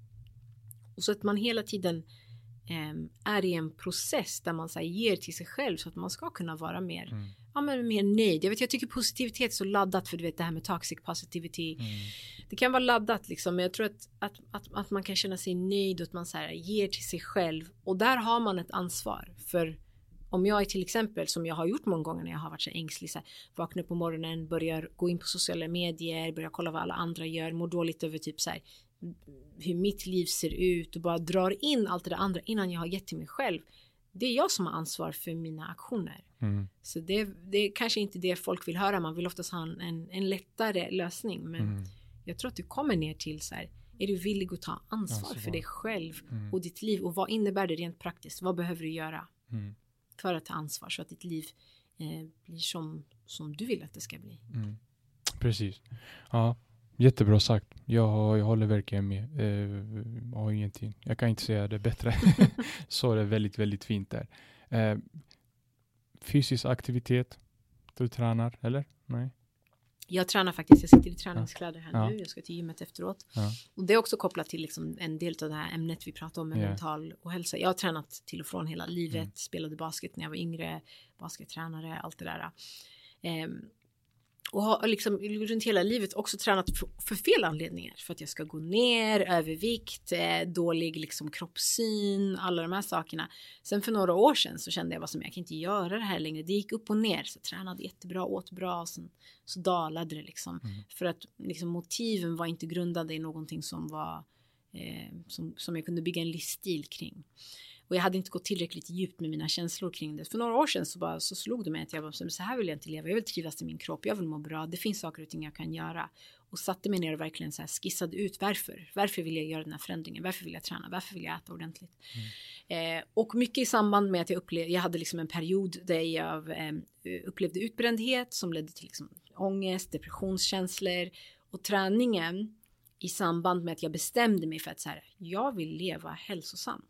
Och så att man hela tiden eh, är i en process där man så här, ger till sig själv så att man ska kunna vara mer mm. ja, men mer nöjd. Jag vet, jag tycker positivitet är så laddat för du vet det här med toxic positivity. Mm. Det kan vara laddat liksom, men jag tror att, att, att, att man kan känna sig nöjd och att man så här, ger till sig själv. Och där har man ett ansvar. För om jag är till exempel, som jag har gjort många gånger när jag har varit så ängslig, så här, vaknar på morgonen, börjar gå in på sociala medier, börjar kolla vad alla andra gör, mår dåligt över typ så här, hur mitt liv ser ut och bara drar in allt det där andra innan jag har gett till mig själv. Det är jag som har ansvar för mina aktioner. Mm. Så det, det är kanske inte det folk vill höra. Man vill oftast ha en, en lättare lösning. Men mm. jag tror att du kommer ner till så här. Är du villig att ta ansvar alltså, för dig själv mm. och ditt liv? Och vad innebär det rent praktiskt? Vad behöver du göra mm. för att ta ansvar så att ditt liv eh, blir som, som du vill att det ska bli? Mm. Precis. Ja, jättebra sagt. Jag, jag håller verkligen med. Eh, jag har ingenting. Jag kan inte säga det bättre. Så det är väldigt, väldigt fint där. Eh, fysisk aktivitet. Du tränar, eller? Nej. Jag tränar faktiskt. Jag sitter i träningskläder här ja. nu. Jag ska till gymmet efteråt. Ja. Och det är också kopplat till liksom en del av det här ämnet vi pratar om med yeah. mental och hälsa. Jag har tränat till och från hela livet. Mm. Spelade basket när jag var yngre. Baskettränare, allt det där. Eh, Och har liksom runt hela livet också tränat för, för fel anledningar. För att jag ska gå ner, övervikt, eh, dålig liksom kroppssyn, alla de här sakerna. Sen för några år sedan så kände jag vad som jag kan inte göra det här längre. Det gick upp och ner, så jag tränade jättebra, åt bra och sen så dalade det liksom. Mm. För att liksom, motiven var inte grundade i någonting som var eh, som, som jag kunde bygga en livsstil kring. Och jag hade inte gått tillräckligt djupt med mina känslor kring det. För några år sedan så, bara, så slog det mig att jag var så här vill jag inte leva. Jag vill trivas i min kropp. Jag vill må bra. Det finns saker och ting jag kan göra. Och satte mig ner och verkligen så här skissade ut varför. Varför vill jag göra den här förändringen? Varför vill jag träna? Varför vill jag äta ordentligt? Mm. Eh, och mycket i samband med att jag upplevde, jag hade liksom en period där jag eh, upplevde utbrändhet som ledde till liksom ångest, depressionskänslor. Och träningen i samband med att jag bestämde mig för att så här, jag vill leva hälsosamt.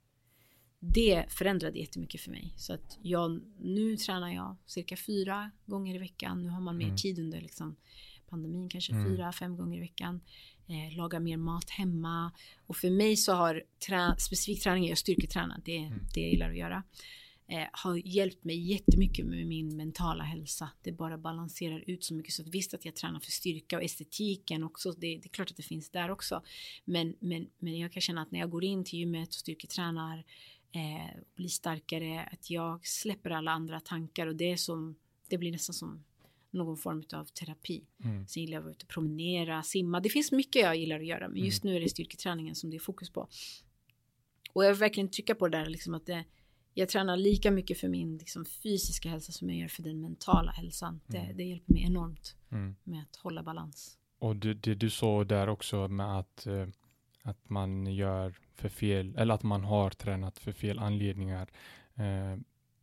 Det förändrade jättemycket för mig. Så att jag, nu tränar jag cirka fyra gånger i veckan. Nu har man mer mm. tid under liksom pandemin, kanske mm. fyra, fem gånger i veckan. Eh, lagar mer mat hemma. Och för mig så har trä, specifik träning, jag styrketränar, det är mm. det jag gillar att göra. Eh, har hjälpt mig jättemycket med min mentala hälsa. Det bara balanserar ut så mycket. Så att visst att jag tränar för styrka och estetiken också. Det, det är klart att det finns där också. Men, men, men jag kan känna att när jag går in till gymmet och styrketränar, Eh, bli starkare, att jag släpper alla andra tankar och det är som, det blir nästan som någon form av terapi. Mm. Sen gillar jag att vara ute och promenera, simma. Det finns mycket jag gillar att göra, men just mm. nu är det styrketräningen som det är fokus på. Och jag vill verkligen trycka på det där liksom att det, jag tränar lika mycket för min liksom, fysiska hälsa som jag gör för den mentala hälsan. Mm. Det, det hjälper mig enormt mm. med att hålla balans. Och det, det du sa där också med att eh, att man gör för fel, eller att man har tränat för fel anledningar. Eh,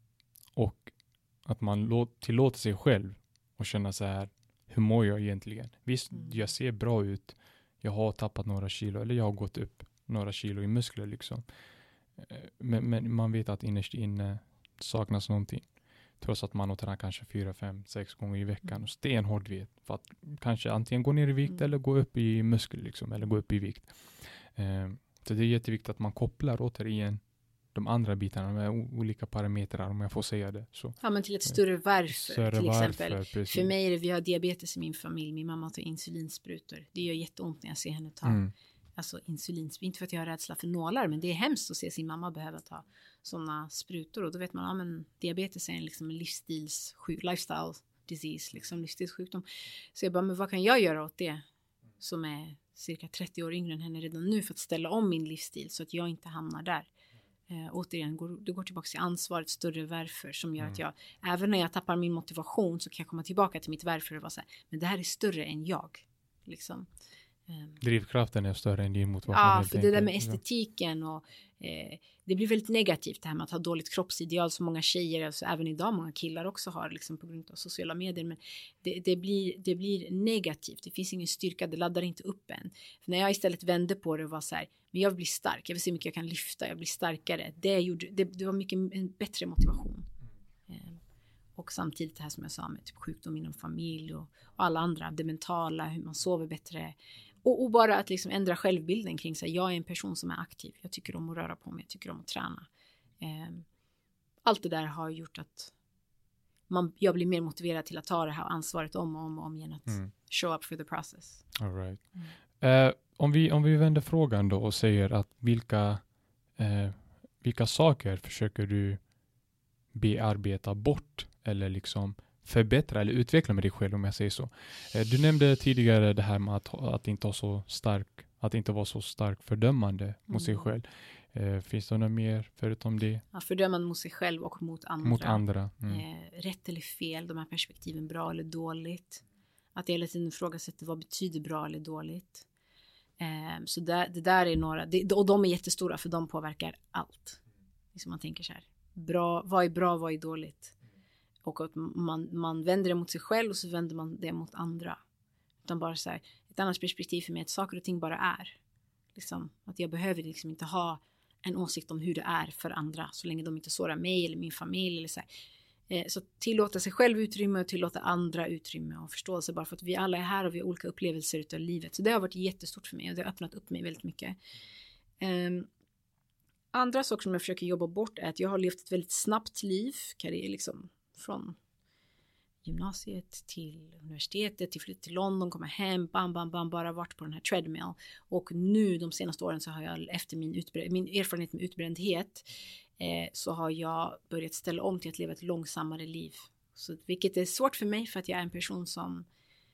och att man låt, tillåter sig själv och känna så här, hur mår jag egentligen? Visst, mm. jag ser bra ut. Jag har tappat några kilo, eller jag har gått upp några kilo i muskler liksom. Eh, men, men man vet att innerst inne saknas någonting. Trots att man har tränat kanske fyra, fem, sex gånger i veckan. Mm. Och stenhårt vet. För att kanske antingen gå ner i vikt mm. eller gå upp i muskler liksom. Eller gå upp i vikt. Eh, så det är jätteviktigt att man kopplar återigen de andra bitarna med o- olika parametrar, om jag får säga det. Så, ja, men till ett större varför större till varför, exempel. Precis. För mig är det, vi har diabetes i min familj. Min mamma tar insulinsprutor. Det gör jätteont när jag ser henne ta mm. alltså insulinsprutor. Inte för att jag har rädsla för nålar, men det är hemskt att se sin mamma behöva ta sådana sprutor. Och då vet man, ja men diabetes är en, liksom en livsstils, lifestyle disease, liksom livsstilssjukdom. Så jag bara, men vad kan jag göra åt det? Som är cirka trettio år yngre än henne redan nu, för att ställa om min livsstil så att jag inte hamnar där. Eh, återigen, går, det går tillbaka till ansvaret, större varför som gör mm. att jag, även när jag tappar min motivation så kan jag komma tillbaka till mitt varför och vara så här, men det här är större än jag. Liksom. Um, Drivkraften är större än din motivation. Ja, för det där med estetiken och eh, det blir väldigt negativt det här med att ha dåligt kroppsideal som många tjejer, alltså även idag många killar också har liksom på grund av sociala medier, men det, det, blir, det blir negativt, det finns ingen styrka, det laddar inte upp än. För när jag istället vände på det och var så här, men jag blir stark, jag vill se hur mycket jag kan lyfta, jag blir starkare, det, gjorde, det, det var mycket en bättre motivation. Eh, och samtidigt det här som jag sa med typ sjukdom inom familj och, och alla andra, det mentala, hur man sover bättre. Och, och bara att liksom ändra självbilden kring sig. Jag är en person som är aktiv. Jag tycker om att röra på mig. Jag tycker om att träna. Eh, allt det där har gjort att man, jag blir mer motiverad till att ta det här ansvaret om och om och om igen. Att mm. show up for the process. All right. Mm. Eh, om, vi, om vi vänder frågan då och säger att vilka, eh, vilka saker försöker du bearbeta bort eller liksom förbättra eller utveckla med dig själv, om jag säger så. Du nämnde tidigare det här med att, att inte ha så stark, att inte vara så stark fördömande mm. mot sig själv. Eh, finns det något mer förutom det? Ja, fördömande mot sig själv och mot andra. Mot andra. Mm. Eh, rätt eller fel, de här perspektiven, bra eller dåligt. Att jag hela tiden ifrågasätter vad betyder bra eller dåligt. Eh, så där, det där är några, det, och de är jättestora för de påverkar allt. Liksom man tänker så här, bra, vad är bra, vad är dåligt? Och att man, man vänder det mot sig själv och så vänder man det mot andra. Utan bara så här, ett annat perspektiv för mig är att saker och ting bara är. Liksom, att jag behöver liksom inte ha en åsikt om hur det är för andra. Så länge de inte sårar mig eller min familj. Eller så här. Eh, så tillåta sig själv utrymme och tillåta andra utrymme och förståelse. Bara för att vi alla är här och vi har olika upplevelser utav livet. Så det har varit jättestort för mig och det har öppnat upp mig väldigt mycket. Eh, andra saker som jag försöker jobba bort är att jag har levt ett väldigt snabbt liv. Karriär liksom. Från gymnasiet till universitetet, till flytt till London, komma hem, bam, bam, bam, bara varit på den här treadmill. Och nu de senaste åren så har jag efter min, utbrä- min erfarenhet med utbrändhet eh, så har jag börjat ställa om till att leva ett långsammare liv. Så, vilket är svårt för mig för att jag är en person som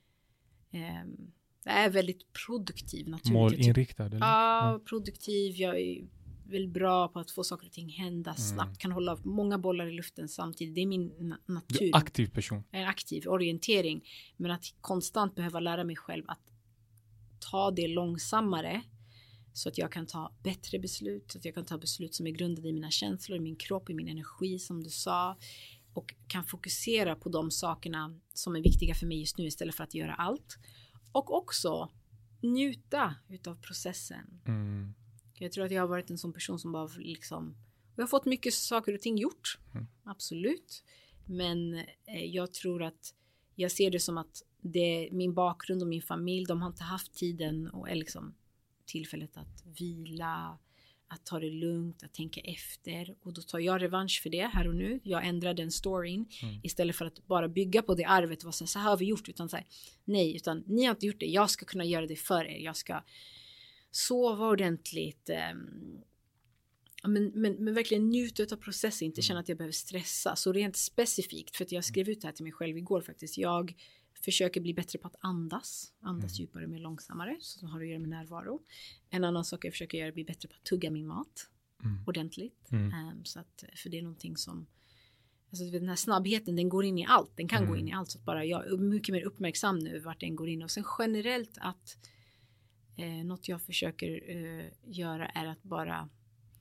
eh, är väldigt produktiv. Målinriktad? Eller? Ja, produktiv. Jag är väldigt bra på att få saker och ting hända snabbt. Mm. Kan hålla många bollar i luften samtidigt. Det är min na- natur. Du är en aktiv person. En aktiv orientering. Men att konstant behöva lära mig själv att ta det långsammare. Så att jag kan ta bättre beslut. Så att jag kan ta beslut som är grundade i mina känslor, i min kropp, i min energi som du sa. Och kan fokusera på de sakerna som är viktiga för mig just nu istället för att göra allt. Och också njuta utav processen. Mm. Jag tror att jag har varit en sån person som bara liksom... Jag har fått mycket saker och ting gjort. Mm. Absolut. Men eh, jag tror att jag ser det som att det, min bakgrund och min familj, de har inte haft tiden och liksom tillfället att vila, att ta det lugnt, att tänka efter. Och då tar jag revansch för det här och nu. Jag ändrar den storyn mm. istället för att bara bygga på det arvet och vara så här, så här har vi gjort. Utan så här, nej, utan ni har inte gjort det. Jag ska kunna göra det för er. Jag ska sova ordentligt. Um, men, men, men verkligen njuta av processen. Inte känna att jag behöver stressa. Så rent specifikt, för att jag skrev ut det här till mig själv igår faktiskt. Jag försöker bli bättre på att andas. Andas mm. djupare, mer långsammare. Så har det att göra med närvaro. En annan sak jag försöker göra är att bli bättre på att tugga min mat. Mm. Ordentligt. Mm. Um, så att, för det är någonting som... Alltså den här snabbheten, den går in i allt. Den kan mm. gå in i allt. Så att bara jag är mycket mer uppmärksam nu vart den går in. Och sen generellt att... Eh, något jag försöker eh, göra är att bara...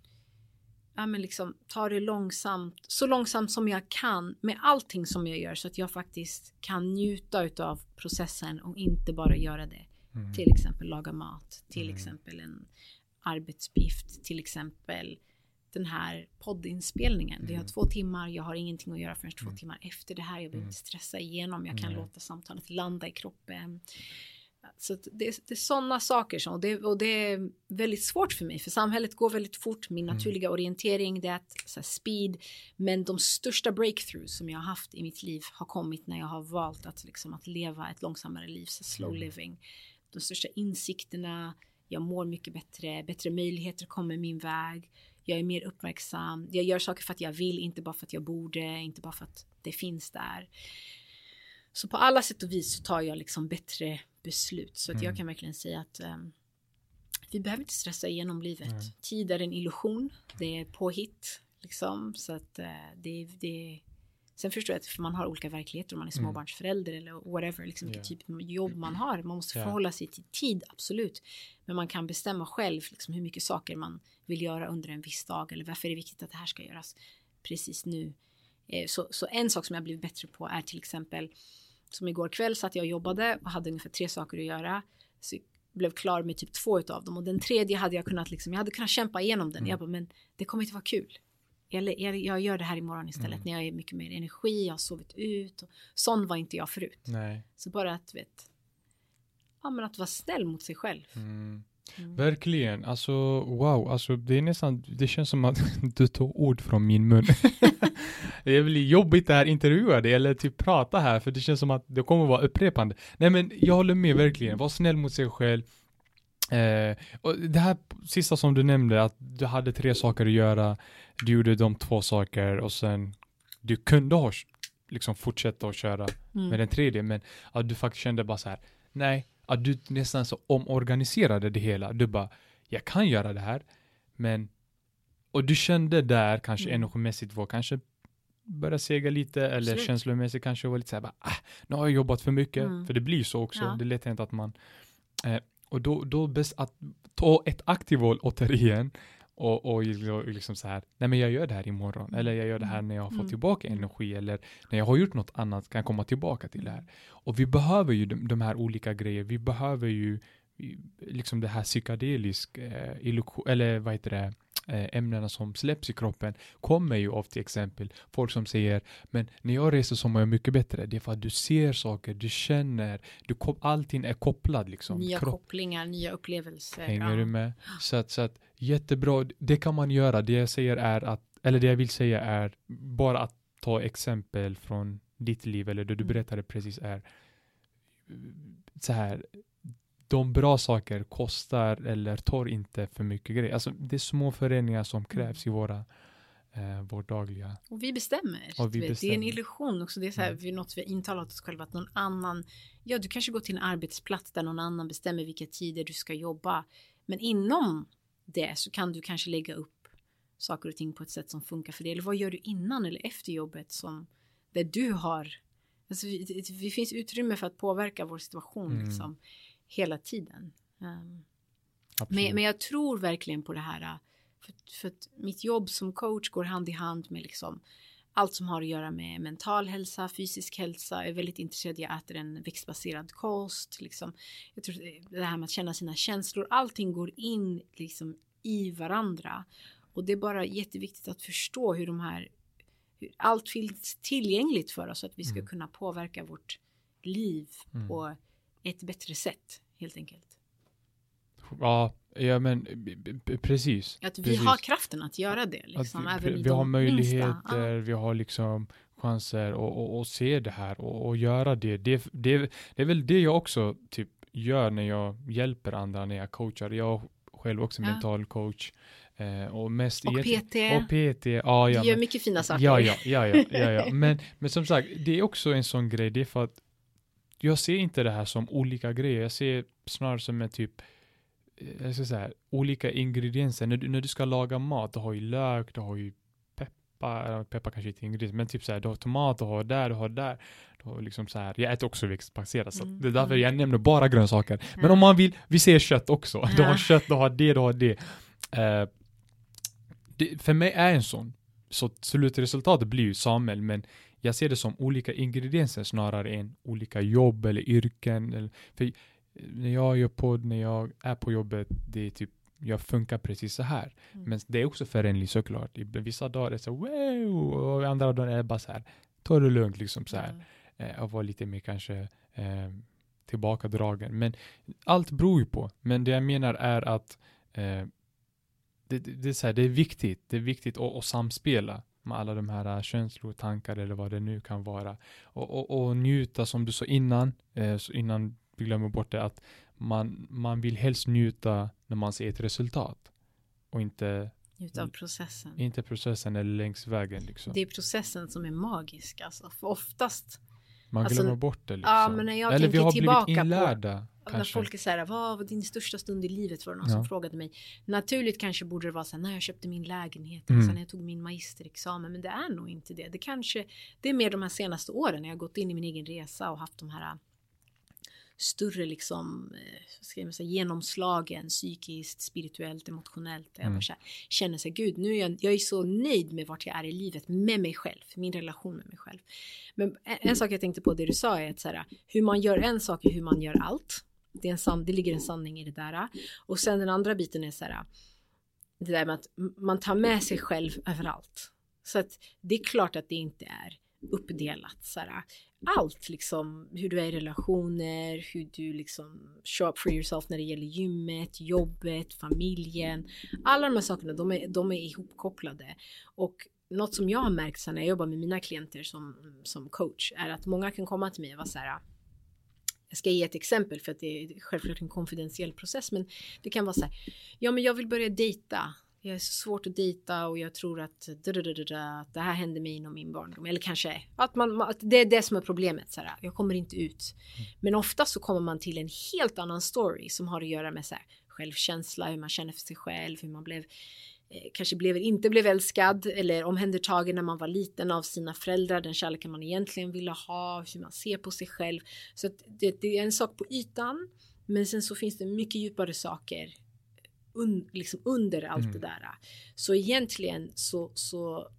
Ja, men liksom ta det långsamt. Så långsamt som jag kan. Med allting som jag gör. Så att jag faktiskt kan njuta av processen. Och inte bara göra det. Mm. Till exempel laga mat. Till mm. exempel en arbetsuppgift. Till exempel den här poddinspelningen. Mm. Vi har två timmar. Jag har ingenting att göra förrän två mm. timmar efter det här. Jag behöver inte stressa igenom. Jag kan mm. låta samtalet landa i kroppen. Så det, det är sådana saker som, och, det, och det är väldigt svårt för mig, för samhället går väldigt fort. Min naturliga mm. orientering, det är att, så här, speed, men de största breakthroughs som jag har haft i mitt liv har kommit när jag har valt att, liksom, att leva ett långsammare liv, så slow living. De största insikterna, jag mår mycket bättre, bättre möjligheter kommer min väg, jag är mer uppmärksam, jag gör saker för att jag vill, inte bara för att jag borde, inte bara för att det finns där. Så på alla sätt och vis så tar jag liksom bättre beslut. Så att mm. jag kan verkligen säga att um, vi behöver inte stressa igenom livet. Mm. Tid är en illusion. Det är påhitt. Liksom. Så att uh, det, det... Sen förstår jag att för man har olika verkligheter. Om man är småbarnsförälder mm. eller whatever. Liksom, vilket yeah. typ av jobb man har. Man måste yeah. förhålla sig till tid, absolut. Men man kan bestämma själv liksom, hur mycket saker man vill göra under en viss dag. Eller varför är det viktigt att det här ska göras precis nu. Eh, så, så en sak som jag blivit bättre på är till exempel... Som igår kväll satt jag och jobbade och hade ungefär tre saker att göra. Så jag blev klar med typ två utav dem. Och den tredje hade jag kunnat liksom, jag hade kunnat kämpa igenom den. Mm. Jag bara, men det kommer inte vara kul. Jag, jag, jag gör det här imorgon istället. Mm. När jag är mycket mer energi, jag har sovit ut. Och sån var inte jag förut. Nej. Så bara att, vet, ja, men att vara snäll mot sig själv. Mm. Mm. Verkligen, alltså wow, alltså det är nästan, det känns som att du tar ord från min mun. Det blir jobbigt att intervjua dig eller typ prata här, för det känns som att det kommer att vara upprepande. Nej, men jag håller med verkligen, var snäll mot sig själv. Eh, och det här sista som du nämnde, att du hade tre saker att göra, du gjorde de två saker och sen du kunde ha liksom fortsätta att köra mm. med den tredje, men att du faktiskt kände bara så här, nej, att du nästan så omorganiserade det hela. Du bara, jag kan göra det här. Men, och du kände där kanske mm. energimässigt var kanske börja sega lite. Eller Absolut. känslomässigt kanske var lite så här, bara, ah, nu har jag jobbat för mycket. Mm. För det blir så också. Ja. Det lät inte att man... Eh, och då, då bäst att ta ett aktivt val återigen. Och, och liksom så här, nej men jag gör det här imorgon. Eller jag gör det här när jag har fått mm. tillbaka energi. Eller när jag har gjort något annat kan jag komma tillbaka till det här. Och vi behöver ju de, de här olika grejer. Vi behöver ju liksom det här psykedelisk eh, illusion, eller vad heter det, eh, ämnena som släpps i kroppen kommer ju av till exempel folk som säger, men när jag reser så mår jag mycket bättre. Det är för att du ser saker, du känner, du, allting är kopplad liksom. Nya Kropp, kopplingar, nya upplevelser. Hänger ja. du med? Så att, så att jättebra, det kan man göra. Det jag säger är att, eller det jag vill säga är bara att ta exempel från ditt liv eller det du berättade precis är så här, de bra saker kostar eller tar inte för mycket grejer. Alltså det är små förändringar som krävs i våra eh, vår dagliga. Och vi bestämmer. Och vi bestämmer. Det är en illusion också. Det är så här, mm. vi, något vi har intalat oss själva att någon annan, ja du kanske går till en arbetsplats där någon annan bestämmer vilka tider du ska jobba. Men inom det så kan du kanske lägga upp saker och ting på ett sätt som funkar för dig? Eller vad gör du innan eller efter jobbet som där du har, alltså det, det finns utrymme för att påverka vår situation mm. liksom hela tiden. Um, men, men jag tror verkligen på det här, för, för att mitt jobb som coach går hand i hand med liksom allt som har att göra med mental hälsa, fysisk hälsa. Jag är väldigt intresserad, jag äter en växtbaserad kost. Liksom. Jag tror det här med att känna sina känslor, allting går in liksom i varandra. Och det är bara jätteviktigt att förstå hur de här, hur allt finns tillgängligt för oss så att vi ska mm. kunna påverka vårt liv mm. på ett bättre sätt, helt enkelt. Ja, ja men precis. Att vi precis. har kraften att göra det. Liksom, att även vi, i vi har möjligheter, ja. vi har liksom chanser och, och, och se det här och, och göra det. Det, det. Det är väl det jag också typ gör när jag hjälper andra, när jag coachar. Jag själv också ja. mental coach. Eh, och mest och P T. Och P T. Ja, ja, du gör men, mycket fina saker. Ja, ja, ja, ja, ja, ja. Men, men som sagt, det är också en sån grej. Det är för att jag ser inte det här som olika grejer. Jag ser snarare som en typ jag ska säga, olika ingredienser. När du, när du ska laga mat, du har ju lök, du har ju peppar, peppar kanske inte ingredienser, men typ så här, du har tomat, du har där, du har där. Du har liksom så här, jag äter också växtbaserat, så mm. det är därför jag nämner bara grönsaker. Men mm. om man vill, vi ser kött också. Ja. Du har kött, du har det, du har det. Uh, det. För mig är en sån. Så slutresultatet blir ju Samuel, men jag ser det som olika ingredienser snarare än olika jobb eller yrken. Eller, för när jag gör podd, när jag är på jobbet, det är typ, jag funkar precis så här. Mm. Men det är också förändligt såklart. I vissa dagar är det så wow, och andra dagar är det bara så här, ta det lugnt liksom så här. Mm. Eh, och vara lite mer kanske eh, tillbakadragen. Men allt beror ju på. Men det jag menar är att eh, det, det, det, är så här, det är viktigt. Det är viktigt att, att samspela med alla de här känslor, tankar eller vad det nu kan vara. Och, och, och njuta som du sa innan, eh, så innan vi glömmer bort det, att man, man vill helst njuta när man ser ett resultat. Och inte njuta av processen. Inte processen eller längs vägen. Liksom. Det är processen som är magisk. Alltså. För oftast... Man alltså, glömmer bort det. Liksom. Ja, men när jag eller vi har tillbaka blivit inlärda. På, när folk är så här, vad var din största stund i livet? Var det någon ja. som frågade mig. Naturligt kanske borde det vara så här, när jag köpte min lägenhet. Mm. Sen när jag tog min magisterexamen. Men det är nog inte det. Det kanske, det är mer de här senaste åren. När jag har gått in i min egen resa och haft de här större liksom, vad ska jag säga, genomslagen psykiskt, spirituellt, emotionellt. Mm. Jag bara känner sig, gud, nu är jag, jag är så nöjd med vart jag är i livet, med mig själv, min relation med mig själv. Men en, en sak jag tänkte på, det du sa är att så här, hur man gör en sak är hur man gör allt. Det, är en san, det ligger en sanning i det där. Och sen den andra biten är så här, det där med att man tar med sig själv överallt. Så att det är klart att det inte är uppdelat så här. Allt liksom, hur du är i relationer, hur du liksom show up for yourself när det gäller gymmet, jobbet, familjen. Alla de här sakerna, de är, de är ihopkopplade. Och något som jag har märkt sen när jag jobbar med mina klienter som, som coach är att många kan komma till mig och vara så här, jag ska ge ett exempel för att det är självklart en konfidentiell process, men det kan vara så här, ja men jag vill börja dejta. Jag är så svårt att dejta och jag tror att, att det här hände mig inom min barndom. Eller kanske att, man, att det är det som är problemet. Så här, jag kommer inte ut. Mm. Men ofta så kommer man till en helt annan story som har att göra med så här, självkänsla, hur man känner för sig själv, hur man blev, eh, kanske blev, inte blev älskad eller omhändertagen när man var liten av sina föräldrar, den kärleken man egentligen ville ha, hur man ser på sig själv. Så att det, det är en sak på ytan, men sen så finns det mycket djupare saker Un, liksom under allt mm. det där. Så egentligen så, så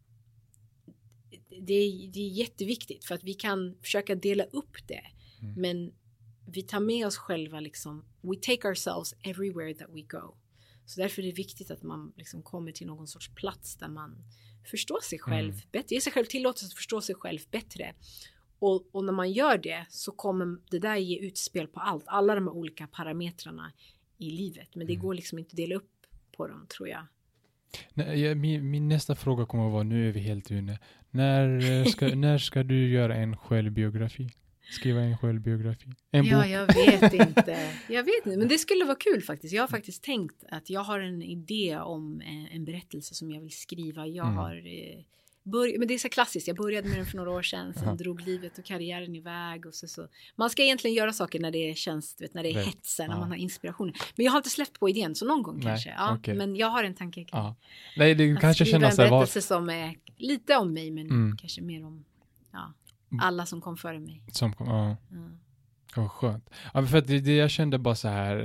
det, är, det är jätteviktigt för att vi kan försöka dela upp det. Mm. Men vi tar med oss själva liksom, we take ourselves everywhere that we go. Så därför är det viktigt att man liksom kommer till någon sorts plats där man förstår sig själv mm. bättre. Ge sig själv tillåtelse att förstå sig själv bättre. Och, och när man gör det så kommer det där ge utspel på allt. Alla de här olika parametrarna i livet. Men det mm. går liksom inte att dela upp på dem, tror jag. Nej, jag min, min nästa fråga kommer att vara, nu är vi helt inne. När ska, när ska du göra en självbiografi? Skriva en självbiografi? En ja, bok? jag vet inte. Jag vet inte, men det skulle vara kul faktiskt. Jag har faktiskt tänkt att jag har en idé om en, en berättelse som jag vill skriva. Jag mm. har eh, bör- men det är så klassiskt. Jag började med den för några år sedan. Sen Aha. drog livet och karriären iväg. Och så, så. Man ska egentligen göra saker när det känns, du vet, när det är Rätt. hetsen, när Ja. man har inspiration. Men jag har inte släppt på idén, så någon gång Nej, kanske. Ja, okej. Men jag har en tanke kring Ja. Nej, det att kanske skriva kännas en så här, vad, berättelse som är lite om mig, men Mm. kanske mer om ja, Mm. alla som kom före mig. som, ja. Ja. Ja, skönt. Ja, men för att det, det jag kände bara så här.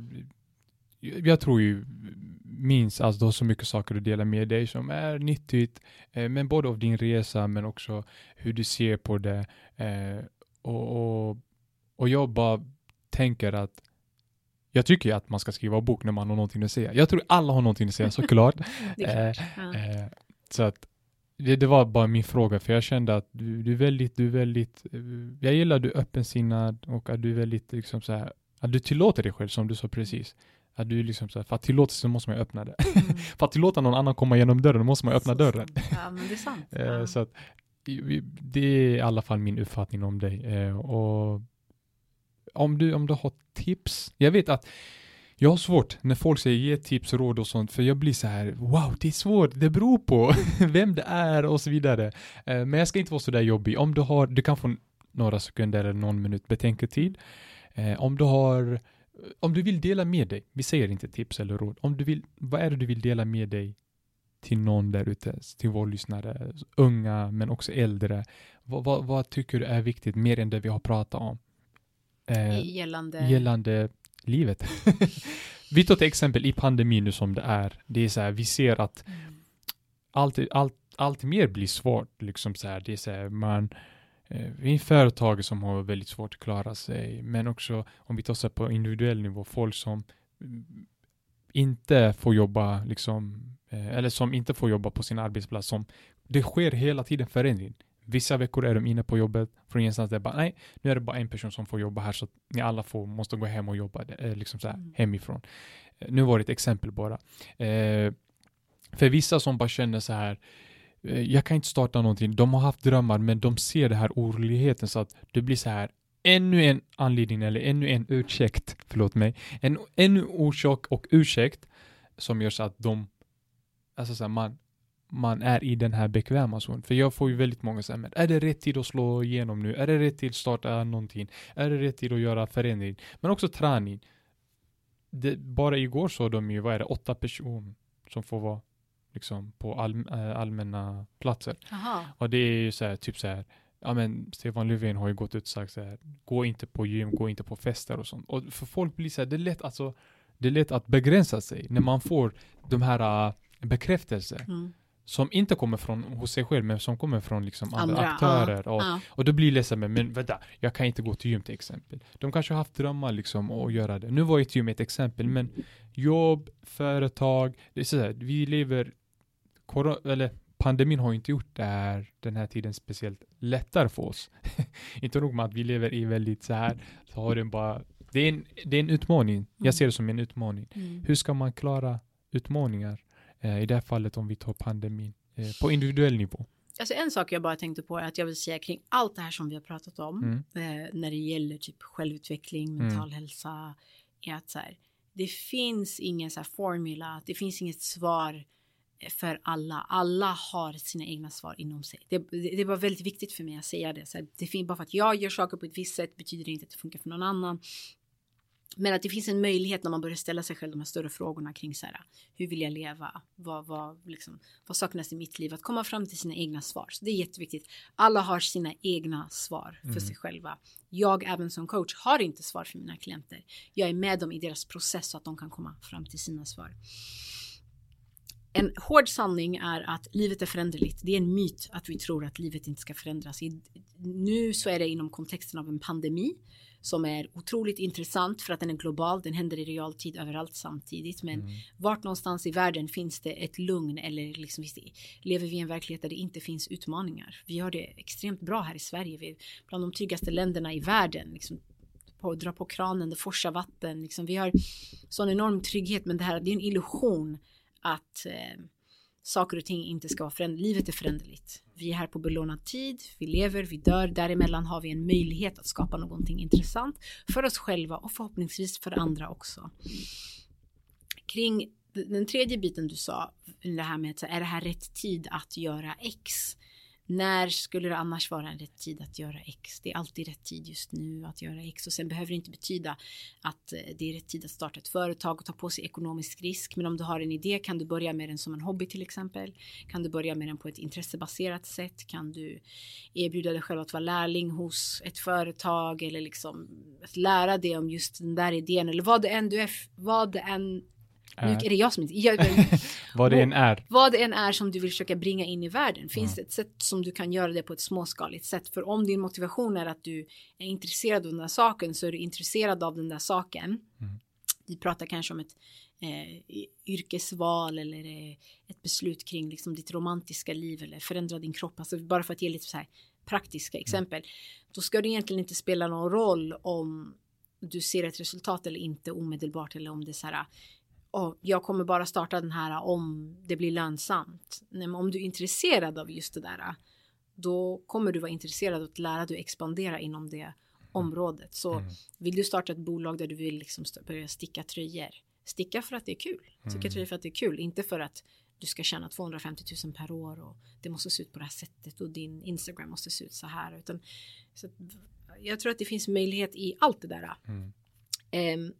eh, Jag tror ju minst alltså du har så mycket saker att dela med dig som är nyttigt. Eh, men både av din resa men också hur du ser på det. Eh, och, och, och jag bara tänker att jag tycker att man ska skriva bok när man har någonting att säga. Jag tror alla har någonting att säga, såklart. Det är klart. Eh, Ja. eh, så att det, det var bara min fråga, för jag kände att du, du är väldigt, du är väldigt, eh, jag gillar att du är öppensinnad och att du är väldigt liksom så här, att du tillåter dig själv som du sa precis. Att du liksom så här, för att tillåta sig måste man ju öppna det. Mm. För att tillåta någon annan komma genom dörren måste man öppna Så dörren. sant. Ja, men det är sant. Eh, Ja. Så att vi- det är i alla fall min uppfattning om dig. Eh, och om du, om du har tips, jag vet att jag har svårt när folk säger ge tips, råd och sånt, för jag blir så här, wow, det är svårt, det beror på vem det är och så vidare. Eh, men jag ska inte vara så där jobbig. Om du har, du kan få några sekunder eller någon minut betänketid. Eh, om du har, om du vill dela med dig, vi säger inte tips eller råd, om du vill, vad är det du vill dela med dig till någon där ute, till våra lyssnare, unga men också äldre. Vad, vad, vad tycker du är viktigt mer än det vi har pratat om? Eh, Gällande... gällande livet. Vi tar till exempel i pandemin nu som det är. Det är så här, vi ser att Mm. allt, allt, allt mer blir svårt. Liksom så här, det är så här, man, eh, vi är företag som har väldigt svårt att klara sig. Men också om vi tar så här på individuell nivå, folk som mm, inte får jobba liksom, eh, eller som inte får jobba på sin arbetsplats. Som, det sker hela tiden förändring. Vissa veckor är de inne på jobbet från ingenstans. Det är bara, nej, nu är det bara en person som får jobba här så att ni alla får, måste gå hem och jobba eh, liksom så här, Mm. hemifrån. Eh, nu var det ett exempel bara. Eh, för vissa som bara känner så här, eh, jag kan inte starta någonting. De har haft drömmar men de ser det här oroligheten så att det blir så här ännu en anledning eller ännu en ursäkt, förlåt mig, en ännu orsak och ursäkt som gör så att de, alltså så här, man man är i den här bekväma zonen. För jag får ju väldigt många så här, men är det rätt tid att slå igenom nu? Är det rätt tid att starta någonting? Är det rätt tid att göra förändring? Men också träning. Det, bara igår så de ju, vad är det, åtta personer som får vara liksom på all, äh, allmänna platser. Aha. Och det är ju så här, typ så här, ja men Stefan Löfven har ju gått ut och sagt så här, gå inte på gym, gå inte på fester och sånt. Och för folk blir så här, det är lätt, alltså, det är lätt att begränsa sig när man får de här äh, bekräftelser. Mm. Som inte kommer från hos sig själv, men som kommer från liksom andra, Andra, aktörer. ja, och, ja. och då blir det så här, men vänta, jag kan inte gå till gym till exempel. De kanske har haft drömmar liksom att göra det. Nu var ett gym ett exempel, men jobb, företag, det är så här, vi lever, kor- eller pandemin har ju inte gjort det här, den här tiden speciellt lättare för oss. Inte nog med att vi lever i väldigt så här, så har den bara, det är en, det är en utmaning. Mm. Jag ser det som en utmaning. Mm. Hur ska man klara utmaningar? Eh, I det här fallet om vi tar pandemin. Eh, på individuell nivå. Alltså en sak jag bara tänkte på är att jag vill säga kring allt det här som vi har pratat om. Mm. Eh, när det gäller typ självutveckling, mental hälsa. Är att så här, det finns ingen så här formula. Det finns inget svar för alla. Alla har sina egna svar inom sig. Det, det, det var väldigt viktigt för mig att säga det. Så här, det finns, bara för att jag gör saker på ett visst sätt betyder det inte att det funkar för någon annan. Men att det finns en möjlighet när man börjar ställa sig själv de här större frågorna kring så här, hur vill jag leva? Vad, vad, liksom, vad saknas i mitt liv? Att komma fram till sina egna svar. Så det är jätteviktigt. Alla har sina egna svar för Mm. sig själva. Jag även som coach har inte svar för mina klienter. Jag är med dem i deras process så att de kan komma fram till sina svar. En hård sanning är att livet är föränderligt. Det är en myt att vi tror att livet inte ska förändras. I, nu så är det inom kontexten av en pandemi som är otroligt intressant för att den är global. Den händer i realtid överallt samtidigt. Men Mm. vart någonstans i världen finns det ett lugn eller liksom, lever vi i en verklighet där det inte finns utmaningar? Vi har det extremt bra här i Sverige. Vi är bland de tryggaste länderna i världen. Liksom, på, dra på kranen, det forsar vatten. Liksom, vi har sån enorm trygghet, men det här det är en illusion att eh, saker och ting inte ska vara föränderligt. Livet är föränderligt. Vi är här på belånad tid. Vi lever, vi dör. Däremellan har vi en möjlighet att skapa någonting intressant för oss själva och förhoppningsvis för andra också. Kring Den tredje biten du sa, det här med att är det här rätt tid att göra X? När skulle det annars vara en rätt tid att göra X? Det är alltid rätt tid just nu att göra X. Och sen behöver det inte betyda att det är rätt tid att starta ett företag och ta på sig ekonomisk risk. Men om du har en idé kan du börja med den som en hobby till exempel. Kan du börja med den på ett intressebaserat sätt? Kan du erbjuda dig själv att vara lärling hos ett företag? Eller liksom att lära dig om just den där idén. Eller vad det än du är, vad det än... Nu är det jag som inte... Jag, vad det än är. Vad det än är som du vill försöka bringa in i världen. Finns det ett sätt som du kan göra det på ett småskaligt sätt? För om din motivation är att du är intresserad av den där saken så är du intresserad av den där saken. Mm. Vi pratar kanske om ett eh, yrkesval eller eh, ett beslut kring liksom, ditt romantiska liv eller förändra din kropp. Alltså bara för att ge lite så här praktiska exempel. Mm. Då ska det egentligen inte spela någon roll om du ser ett resultat eller inte omedelbart eller om det är så här... Och jag kommer bara starta den här om det blir lönsamt. Nej, men om du är intresserad av just det där, då kommer du vara intresserad av att lära dig expandera inom det området. Så mm. vill du starta ett bolag där du vill liksom börja sticka tröjor. Sticka för att det är kul. Sticka mm. tröjor för att det är kul. Inte för att du ska tjäna tvåhundrafemtio tusen per år och det måste se ut på det här sättet och din Instagram måste se ut så här. Utan, så jag tror att det finns möjlighet i allt det där. Mm. Um,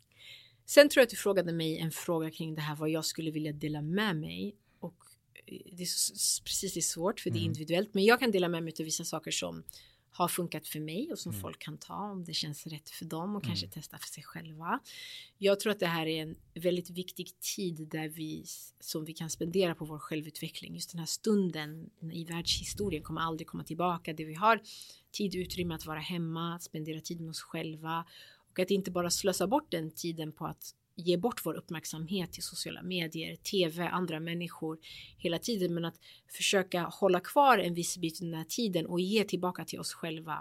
Sen tror jag att du frågade mig en fråga kring det här vad jag skulle vilja dela med mig. Och det är så, precis det är svårt för det är mm. individuellt. Men jag kan dela med mig av vissa saker som har funkat för mig och som mm. folk kan ta om det känns rätt för dem och mm. kanske testa för sig själva. Jag tror att det här är en väldigt viktig tid där vi, som vi kan spendera på vår självutveckling. Just den här stunden i världshistorien kommer aldrig komma tillbaka. Det vi har tid och utrymme att vara hemma, att spendera tid med oss själva. Och att inte bara slösa bort den tiden på att ge bort vår uppmärksamhet till sociala medier, tv, andra människor hela tiden. Men att försöka hålla kvar en viss bit den här tiden och ge tillbaka till oss själva.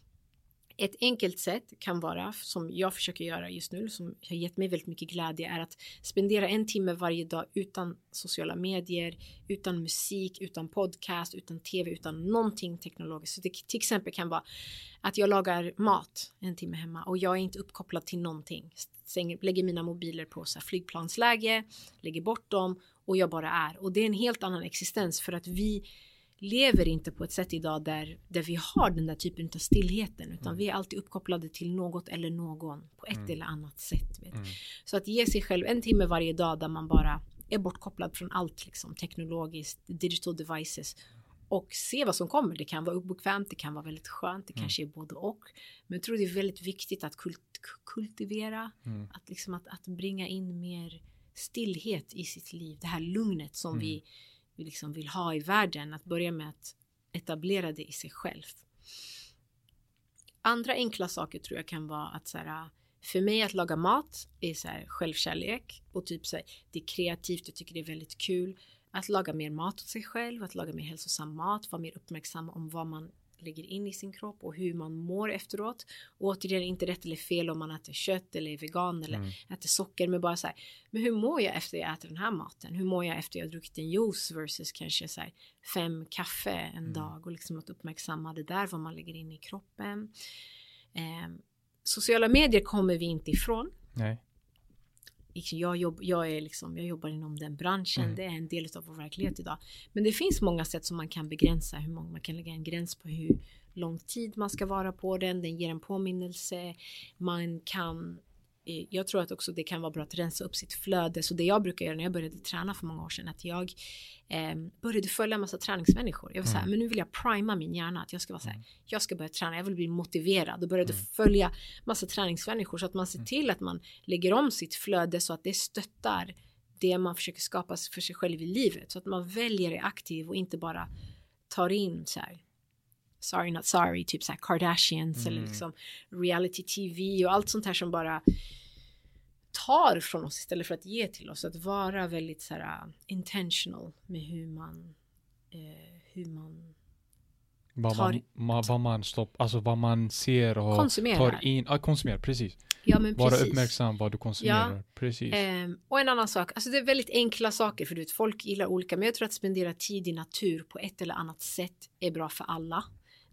Ett enkelt sätt kan vara, som jag försöker göra just nu, som har gett mig väldigt mycket glädje, är att spendera en timme varje dag utan sociala medier, utan musik, utan podcast, utan tv, utan någonting teknologiskt. Så det till exempel kan vara att jag lagar mat en timme hemma och jag är inte uppkopplad till någonting. Stänger, lägger mina mobiler på så här flygplansläge, lägger bort dem och jag bara är. Och det är en helt annan existens för att vi lever inte på ett sätt idag där, där vi har den där typen av stillheten, utan mm. vi är alltid uppkopplade till något eller någon på ett mm. eller annat sätt. Vet. Mm. Så att ge sig själv en timme varje dag där man bara är bortkopplad från allt liksom, teknologiskt, digital devices och se vad som kommer. Det kan vara obekvämt, det kan vara väldigt skönt, det mm. kanske är både och. Men jag tror det är väldigt viktigt att kult, kultivera, mm. att, liksom, att, att bringa in mer stillhet i sitt liv. Det här lugnet som mm. vi vi liksom vill ha i världen, att börja med att etablera det i sig själv. Andra enkla saker tror jag kan vara att så här, för mig att laga mat är så här, självkärlek och typ så här, det är kreativt, jag tycker det är väldigt kul att laga mer mat åt sig själv, att laga mer hälsosam mat, vara mer uppmärksam om vad man lägger in i sin kropp och hur man mår efteråt. Och återigen, inte rätt eller fel om man äter kött eller är vegan eller mm. äter socker, men bara så här, men hur mår jag efter jag äter den här maten? Hur mår jag efter jag har druckit en juice versus kanske så här fem kaffe en mm. dag, och liksom att uppmärksamma det där, vad man lägger in i kroppen. Eh, sociala medier kommer vi inte ifrån. Nej. Jag, jobb, jag, är liksom, jag jobbar inom den branschen. Mm. Det är en del av vår verklighet idag. Men det finns många sätt som man kan begränsa. Hur många, man kan lägga en gräns på hur lång tid man ska vara på den. Den ger en påminnelse. Man kan... Jag tror att också det kan vara bra att rensa upp sitt flöde. Så det jag brukar göra när jag började träna för många år sedan, att jag eh, började följa en massa träningsmänniskor. Jag var mm. så här, men nu vill jag prima min hjärna. Att jag ska vara så här, mm. jag ska börja träna, jag vill bli motiverad. Och började mm. följa massa träningsmänniskor, så att man ser till att man lägger om sitt flöde så att det stöttar det man försöker skapa för sig själv i livet. Så att man väljer det aktivt och inte bara tar in så här, sorry not sorry, typ så här Kardashians mm. eller liksom reality T V och allt sånt här som bara tar från oss istället för att ge till oss. Att vara väldigt så här intentional med hur man eh, hur man vad tar, man, vad man stopp, alltså vad man ser och konsumerar. tar in, ja, konsumerar, precis. Ja, men vara precis. uppmärksam vad du konsumerar, ja. precis. Eh, och en annan sak, alltså det är väldigt enkla saker, för du vet, folk gillar olika, men jag tror att spendera tid i natur på ett eller annat sätt är bra för alla.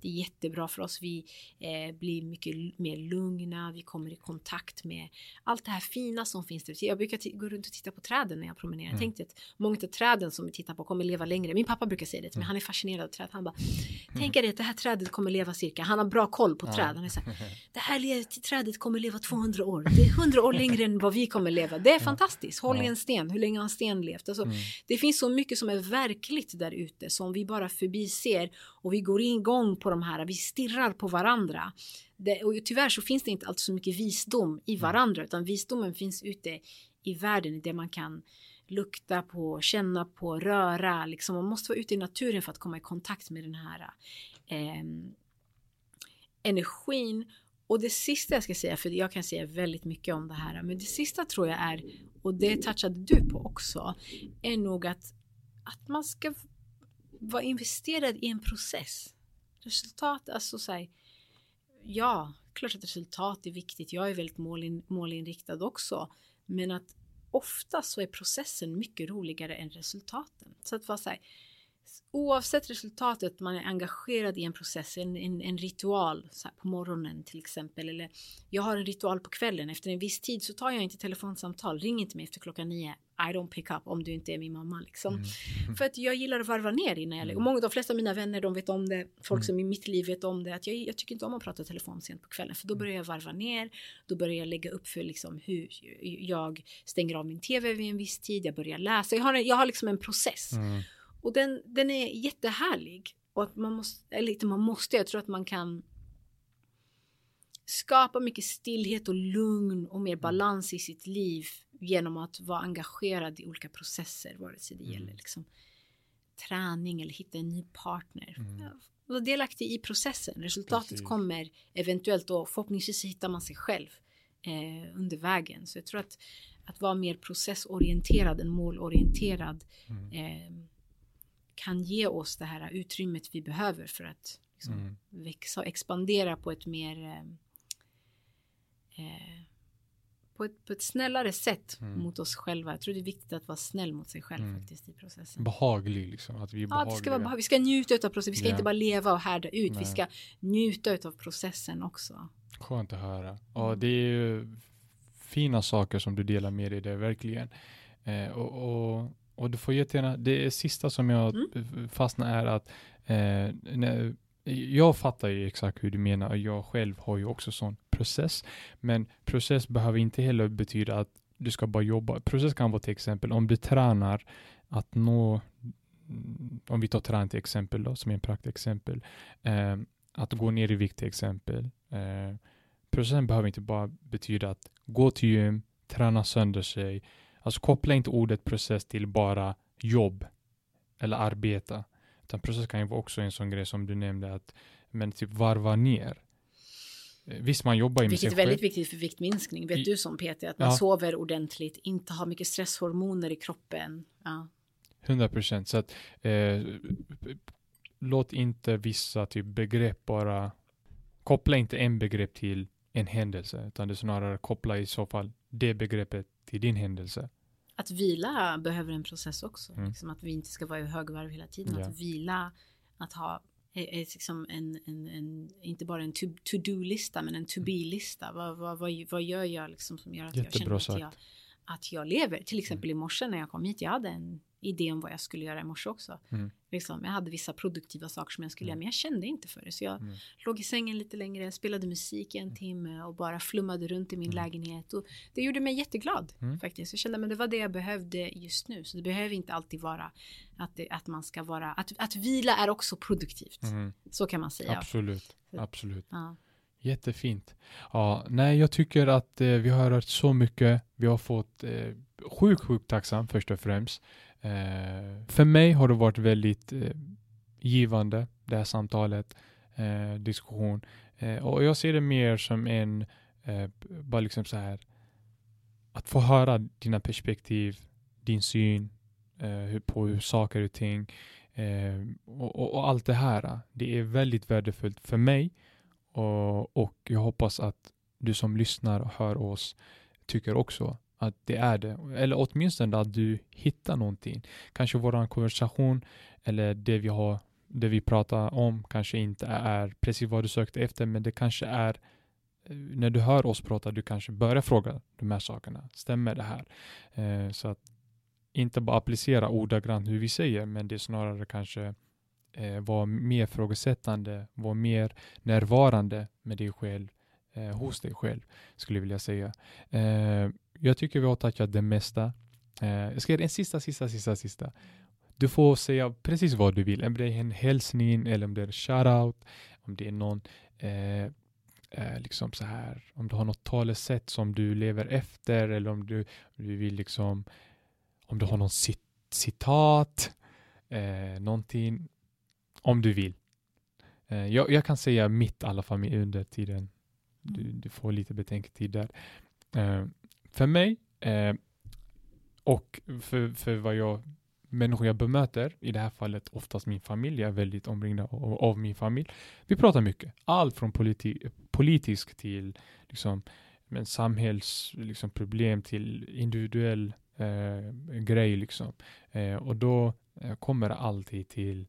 Det är jättebra för oss. Vi eh, blir mycket mer lugna. Vi kommer i kontakt med allt det här fina som finns där. Jag brukar t- gå runt och titta på träden när jag promenerar. Mm. Jag tänkte att många av träden som vi tittar på kommer leva längre. Min pappa brukar säga det, men han är fascinerad av träd. Han bara, tänk er att det här trädet kommer leva cirka. Han har bra koll på träd. Han är så här, det här le- trädet kommer leva tvåhundra år. Det är hundra år längre än vad vi kommer leva. Det är fantastiskt. Håll i en sten. Hur länge har en sten levt? Alltså, mm. Det finns så mycket som är verkligt där ute som vi bara förbiser, och vi går igång på de här, vi stirrar på varandra. Det, och tyvärr så finns det inte alltid så mycket visdom i varandra, utan visdomen finns ute i världen, där man kan lukta på, känna på, röra. Liksom. Man måste vara ute i naturen för att komma i kontakt med den här eh, energin. Och det sista jag ska säga, för jag kan säga väldigt mycket om det här, men det sista tror jag är, och det touchade du på också, är nog att, att man ska vara investerad i en process. Resultat, alltså så här, ja, klart att resultat är viktigt. Jag är väldigt målin, målinriktad också, men att ofta så är processen mycket roligare än resultaten. Så att vara så här, oavsett resultatet, man är engagerad i en process, en, en, en ritual så här på morgonen till exempel, eller jag har en ritual på kvällen, efter en viss tid så tar jag inte telefonsamtal, ring inte mig efter klockan nio, I don't pick up om du inte är min mamma liksom. Mm. För att jag gillar att varva ner innan jag lägger, och många, de flesta av mina vänner, de vet om det, folk mm. som i mitt liv vet om det, att jag, jag tycker inte om att prata telefon sent på kvällen, för då börjar jag varva ner, då börjar jag lägga upp för liksom hur jag stänger av min tv vid en viss tid, jag börjar läsa, jag har, jag har liksom en process. Mm. Och den, den är jättehärlig. Och att man måste, eller inte man måste, jag tror att man kan skapa mycket stillhet och lugn och mer balans i sitt liv genom att vara engagerad i olika processer, vare sig det gäller liksom träning eller hitta en ny partner. Mm. Vara delaktig i processen. Resultatet Precis. kommer eventuellt, och förhoppningsvis hittar man sig själv eh, under vägen. Så jag tror att, att vara mer processorienterad än målorienterad mm. eh, kan ge oss det här utrymmet vi behöver för att liksom, mm. växa och expandera på ett mer eh, på, ett, på ett snällare sätt mm. mot oss själva. Jag tror det är viktigt att vara snäll mot sig själv mm. faktiskt i processen. Behaglig liksom. Att vi, är ja, det ska vara, vi ska njuta av processen. Vi ska yeah. inte bara leva och härda ut. Nej. Vi ska njuta av processen också. Skönt att höra. Ja, det är ju fina saker som du delar med dig där verkligen. Eh, och, och Och du får jättegärna, det sista som jag mm. fastnar är att eh, när, jag fattar ju exakt hur du menar, och jag själv har ju också sån process, men process behöver inte heller betyda att du ska bara jobba. Process kan vara till exempel om du tränar att nå, om vi tar träning till exempel då, som är en praktexempel, eh, att gå ner i vikt till exempel. Eh, processen behöver inte bara betyda att gå till gym, träna sönder sig. Alltså koppla inte ordet process till bara jobb eller arbeta. Utan process kan ju vara också en sån grej som du nämnde, att men typ varva ner. Visst, man jobbar ju med sig själv. Vilket är väldigt viktigt för viktminskning. Vet I, du som Peter, att man ja. sover ordentligt, inte har mycket stresshormoner i kroppen. Ja. hundra procent. Så att eh, låt inte vissa typ begrepp bara, koppla inte en begrepp till en händelse, utan det är snarare koppla i så fall det begreppet till din händelse. Att vila behöver en process också. Mm. Liksom att vi inte ska vara i högvarv hela tiden. Ja. Att vila, att ha är, är liksom en, en, en, inte bara en to, to-do-lista, men en to-be-lista. Vad, vad, vad, vad gör jag liksom som gör att Jättebra jag känner att jag, att jag lever? Till exempel mm. i morse när jag kom hit, jag hade en idé om vad jag skulle göra i morse också. Mm. Liksom, jag hade vissa produktiva saker som jag skulle mm. göra, men jag kände inte för det. Så jag mm. låg i sängen lite längre, spelade musik i en timme och bara flummade runt i min mm. lägenhet. Och det gjorde mig jätteglad mm. faktiskt. Jag kände att det var det jag behövde just nu. Så det behöver inte alltid vara att, det, att man ska vara, att, att vila är också produktivt. Mm. Så kan man säga. Absolut, så, absolut. Ja. Jättefint. Ja, nej, jag tycker att eh, vi har hört så mycket. Vi har fått eh, sjukt, sjukt tacksam först och främst. Eh, för mig har det varit väldigt eh, givande, det här samtalet, eh, diskussion. Eh, och jag ser det mer som en, eh, bara liksom så här, att få höra dina perspektiv, din syn eh, på hur saker och ting eh, och, och, och allt det här. Det är väldigt värdefullt för mig. Och, och jag hoppas att du som lyssnar och hör oss tycker också att det är det. Eller åtminstone att du hittar någonting. Kanske våran konversation eller det vi har det vi pratar om kanske inte är precis vad du sökte efter, men det kanske är när du hör oss prata, du kanske börjar fråga de här sakerna. Stämmer det här? Eh, så att inte bara applicera ordagrant hur vi säger, men det är snarare kanske eh, vara mer frågesättande, vara mer närvarande med dig själv, eh, hos dig själv, skulle jag vilja säga. Eh, jag tycker vi har touchat det mesta. Eh, jag ska göra en sista, sista, sista, sista. Du får säga precis vad du vill. Om det är en hälsning eller om det är en shoutout, om det är någon eh, eh, liksom så här, om du har något talesätt som du lever efter, eller om du, du vill liksom, om du har någon cit- citat, eh, någonting, om du vill. Eh, jag, jag kan säga mitt i alla fall under tiden. Du, du får lite betänketid där. Eh, för mig, eh, och för, för vad jag människor jag bemöter, i det här fallet oftast min familj, jag är väldigt omringad av, av min familj. Vi pratar mycket. Allt från politi- politisk till liksom, men samhälls liksom, problem till individuell eh, grej. Liksom. Eh, och då eh, kommer det alltid till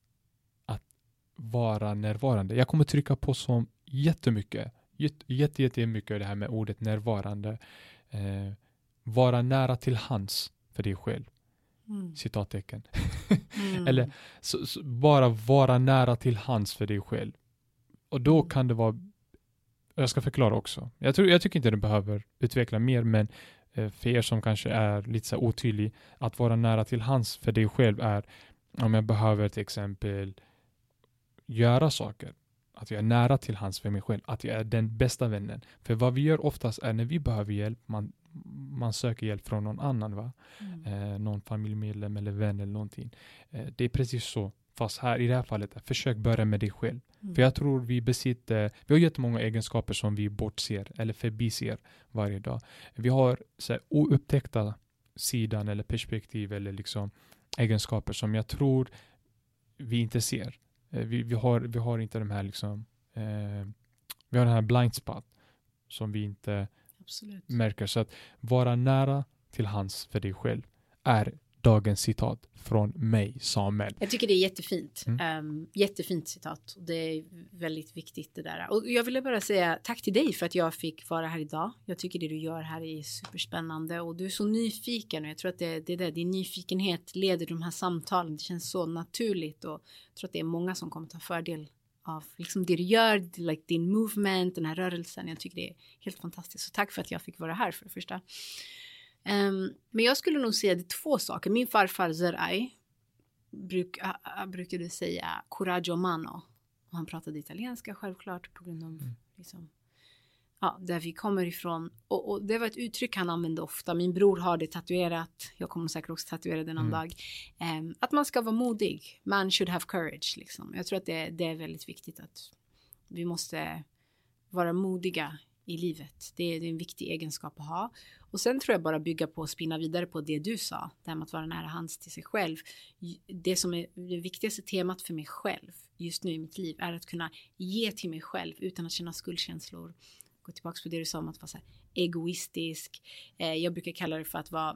att vara närvarande. Jag kommer trycka på som jättemycket. Jätte, jätte, jättemycket det här med ordet närvarande. Eh, vara nära till hands för dig själv. Mm. Citattecken. Mm. Eller så, så, bara vara nära till hands för dig själv. Och då kan det vara, jag ska förklara också. Jag, tror, jag tycker inte den behöver utveckla mer, men eh, för er som kanske är lite så otydlig, att vara nära till hands för dig själv är om jag behöver till exempel göra saker. Att jag är nära till hands för mig själv. Att jag är den bästa vännen. För vad vi gör oftast är när vi behöver hjälp, man man söker hjälp från någon annan, va? Mm. Eh, någon familjemedlem eller vän eller någonting. Eh, det är precis så. Fast här i det här fallet, försök börja med dig själv. Mm. För jag tror vi besitter, vi har jättemånga egenskaper som vi bortser eller förbiser varje dag. Vi har så här, oupptäckta sidan eller perspektiv eller liksom egenskaper som jag tror vi inte ser. Eh, vi, vi, har, vi har inte de här liksom, eh, vi har den här blind spot som vi inte Absolut. Märker. Så att vara nära till hands för dig själv är dagens citat från mig, Samuel. Jag tycker det är jättefint. Mm. Um, jättefint citat. Det är väldigt viktigt det där. Och jag ville bara säga tack till dig för att jag fick vara här idag. Jag tycker det du gör här är superspännande och du är så nyfiken. Och jag tror att det, det är det. Din nyfikenhet leder de här samtalen. Det känns så naturligt och jag tror att det är många som kommer ta fördel av liksom det du gör, like din movement, den här rörelsen. Jag tycker det är helt fantastiskt. Så tack för att jag fick vara här för det första. Um, men jag skulle nog säga det är två saker. Min farfar Zerai bruk, uh, brukade säga coraggio mano. Och han pratade italienska självklart på grund av mm. liksom, ja, där vi kommer ifrån. Och, och det var ett uttryck han använde ofta. Min bror har det tatuerat. Jag kommer säkert också tatuera det någon mm. dag. Um, att man ska vara modig. Man should have courage. Liksom. Jag tror att det, det är väldigt viktigt att vi måste vara modiga i livet. Det är, det är en viktig egenskap att ha. Och sen tror jag bara bygga på och spinna vidare på det du sa. Det här med att vara nära hands till sig själv. Det som är det viktigaste temat för mig själv just nu i mitt liv är att kunna ge till mig själv utan att känna skuldkänslor. Gå tillbaka på det du sa om att vara så här egoistisk. Eh, jag brukar kalla det för att vara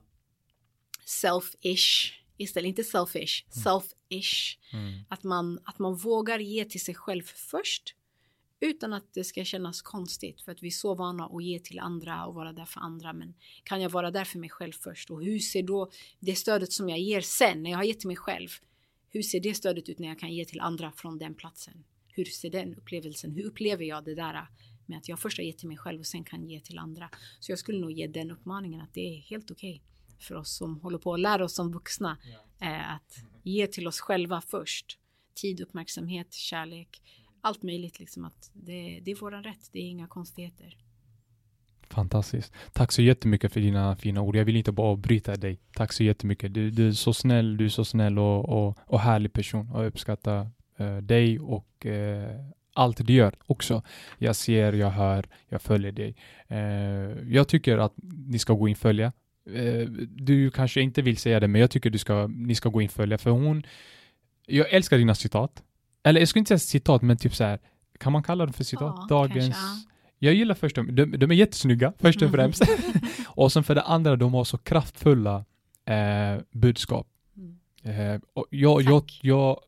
selfish. Istället inte selfish, mm. selfish. Mm. Att, man, att man vågar ge till sig själv först. Utan att det ska kännas konstigt. För att vi är så vana att ge till andra och vara där för andra. Men kan jag vara där för mig själv först? Och hur ser då det stödet som jag ger sen när jag har gett till mig själv? Hur ser det stödet ut när jag kan ge till andra från den platsen? Hur ser den upplevelsen? Hur upplever jag det där med att jag först har gett till mig själv och sen kan ge till andra? Så jag skulle nog ge den uppmaningen att det är helt okej för oss som håller på att lära oss som vuxna. Eh, att ge till oss själva först. Tid, uppmärksamhet, kärlek. Allt möjligt liksom att det, det är våran rätt. Det är inga konstigheter. Fantastiskt. Tack så jättemycket för dina fina ord. Jag vill inte bara avbryta dig. Tack så jättemycket. Du, du är så snäll, du är så snäll och, och, och härlig person. Och jag uppskattar uh, dig och uh, allt du gör också. Jag ser, jag hör, jag följer dig. Uh, jag tycker att ni ska gå in följa. Uh, du kanske inte vill säga det, men jag tycker du ska, ni ska gå in följa. För hon, jag älskar dina citat. Eller jag skulle inte säga citat, men typ så här, kan man kalla det för citat? Ja, dagens. Kanske. Jag gillar först de, de, de är jättesnygga, först och främst. Och sen för det andra, de har så kraftfulla eh, budskap. Mm. Eh, och jag, jag, jag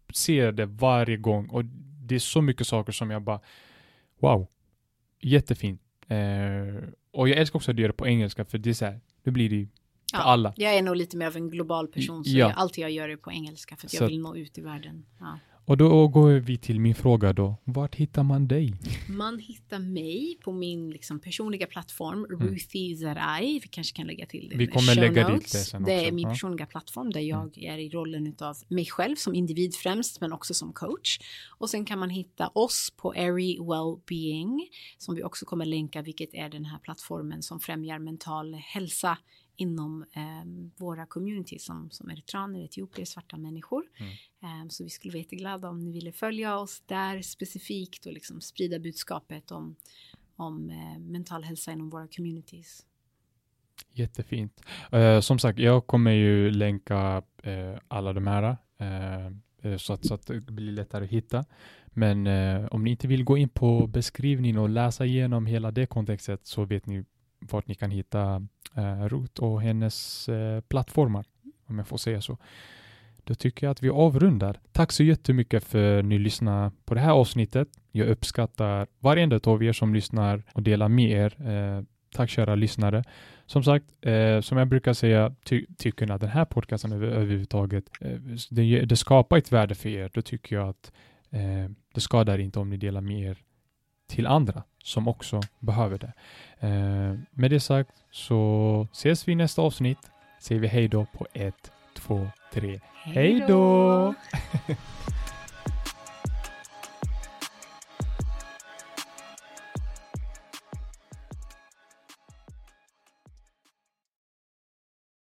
ser det varje gång. Och det är så mycket saker som jag bara, wow, jättefint. Eh, och jag älskar också att göra det på engelska, för det är så här, nu blir det ju för ja, alla. Jag är nog lite mer av en global person, så ja. jag, allt jag gör är på engelska, för att jag så, vill nå ut i världen. Ja. Och då går vi till min fråga då. Vart hittar man dig? Man hittar mig på min liksom, personliga plattform, mm. Ruthie Zarai. Vi kanske kan lägga till det. Vi kommer lägga notes. dit det sen Det också. är min ja. personliga plattform där jag mm. är i rollen av mig själv som individ främst, men också som coach. Och sen kan man hitta oss på Airy Wellbeing, som vi också kommer länka, vilket är den här plattformen som främjar mental hälsa inom eh, våra communities som, som eritreaner, etiopier, svarta människor. Mm. Eh, så vi skulle vara jätteglada om ni ville följa oss där specifikt och liksom sprida budskapet om, om eh, mental hälsa inom våra communities. Jättefint. Uh, som sagt, jag kommer ju länka uh, alla de här uh, så, att, så att det blir lättare att hitta. Men uh, om ni inte vill gå in på beskrivningen och läsa igenom hela det kontextet, så vet ni vart ni kan hitta uh, Ruth och hennes uh, plattformar, om jag får säga så. Då tycker jag att vi avrundar. Tack så jättemycket för att ni lyssnar på det här avsnittet. Jag uppskattar varje av er som lyssnar och delar med er. Uh, tack kära lyssnare. Som sagt, uh, som jag brukar säga, ty- tycker ni att den här podcasten över- överhuvudtaget uh, det, det skapar ett värde för er, då tycker jag att uh, det skadar inte om ni delar med er till andra som också behöver det. Eh, med det sagt så ses vi i nästa avsnitt. Säger vi hej då på ett, två, tre. Hej då!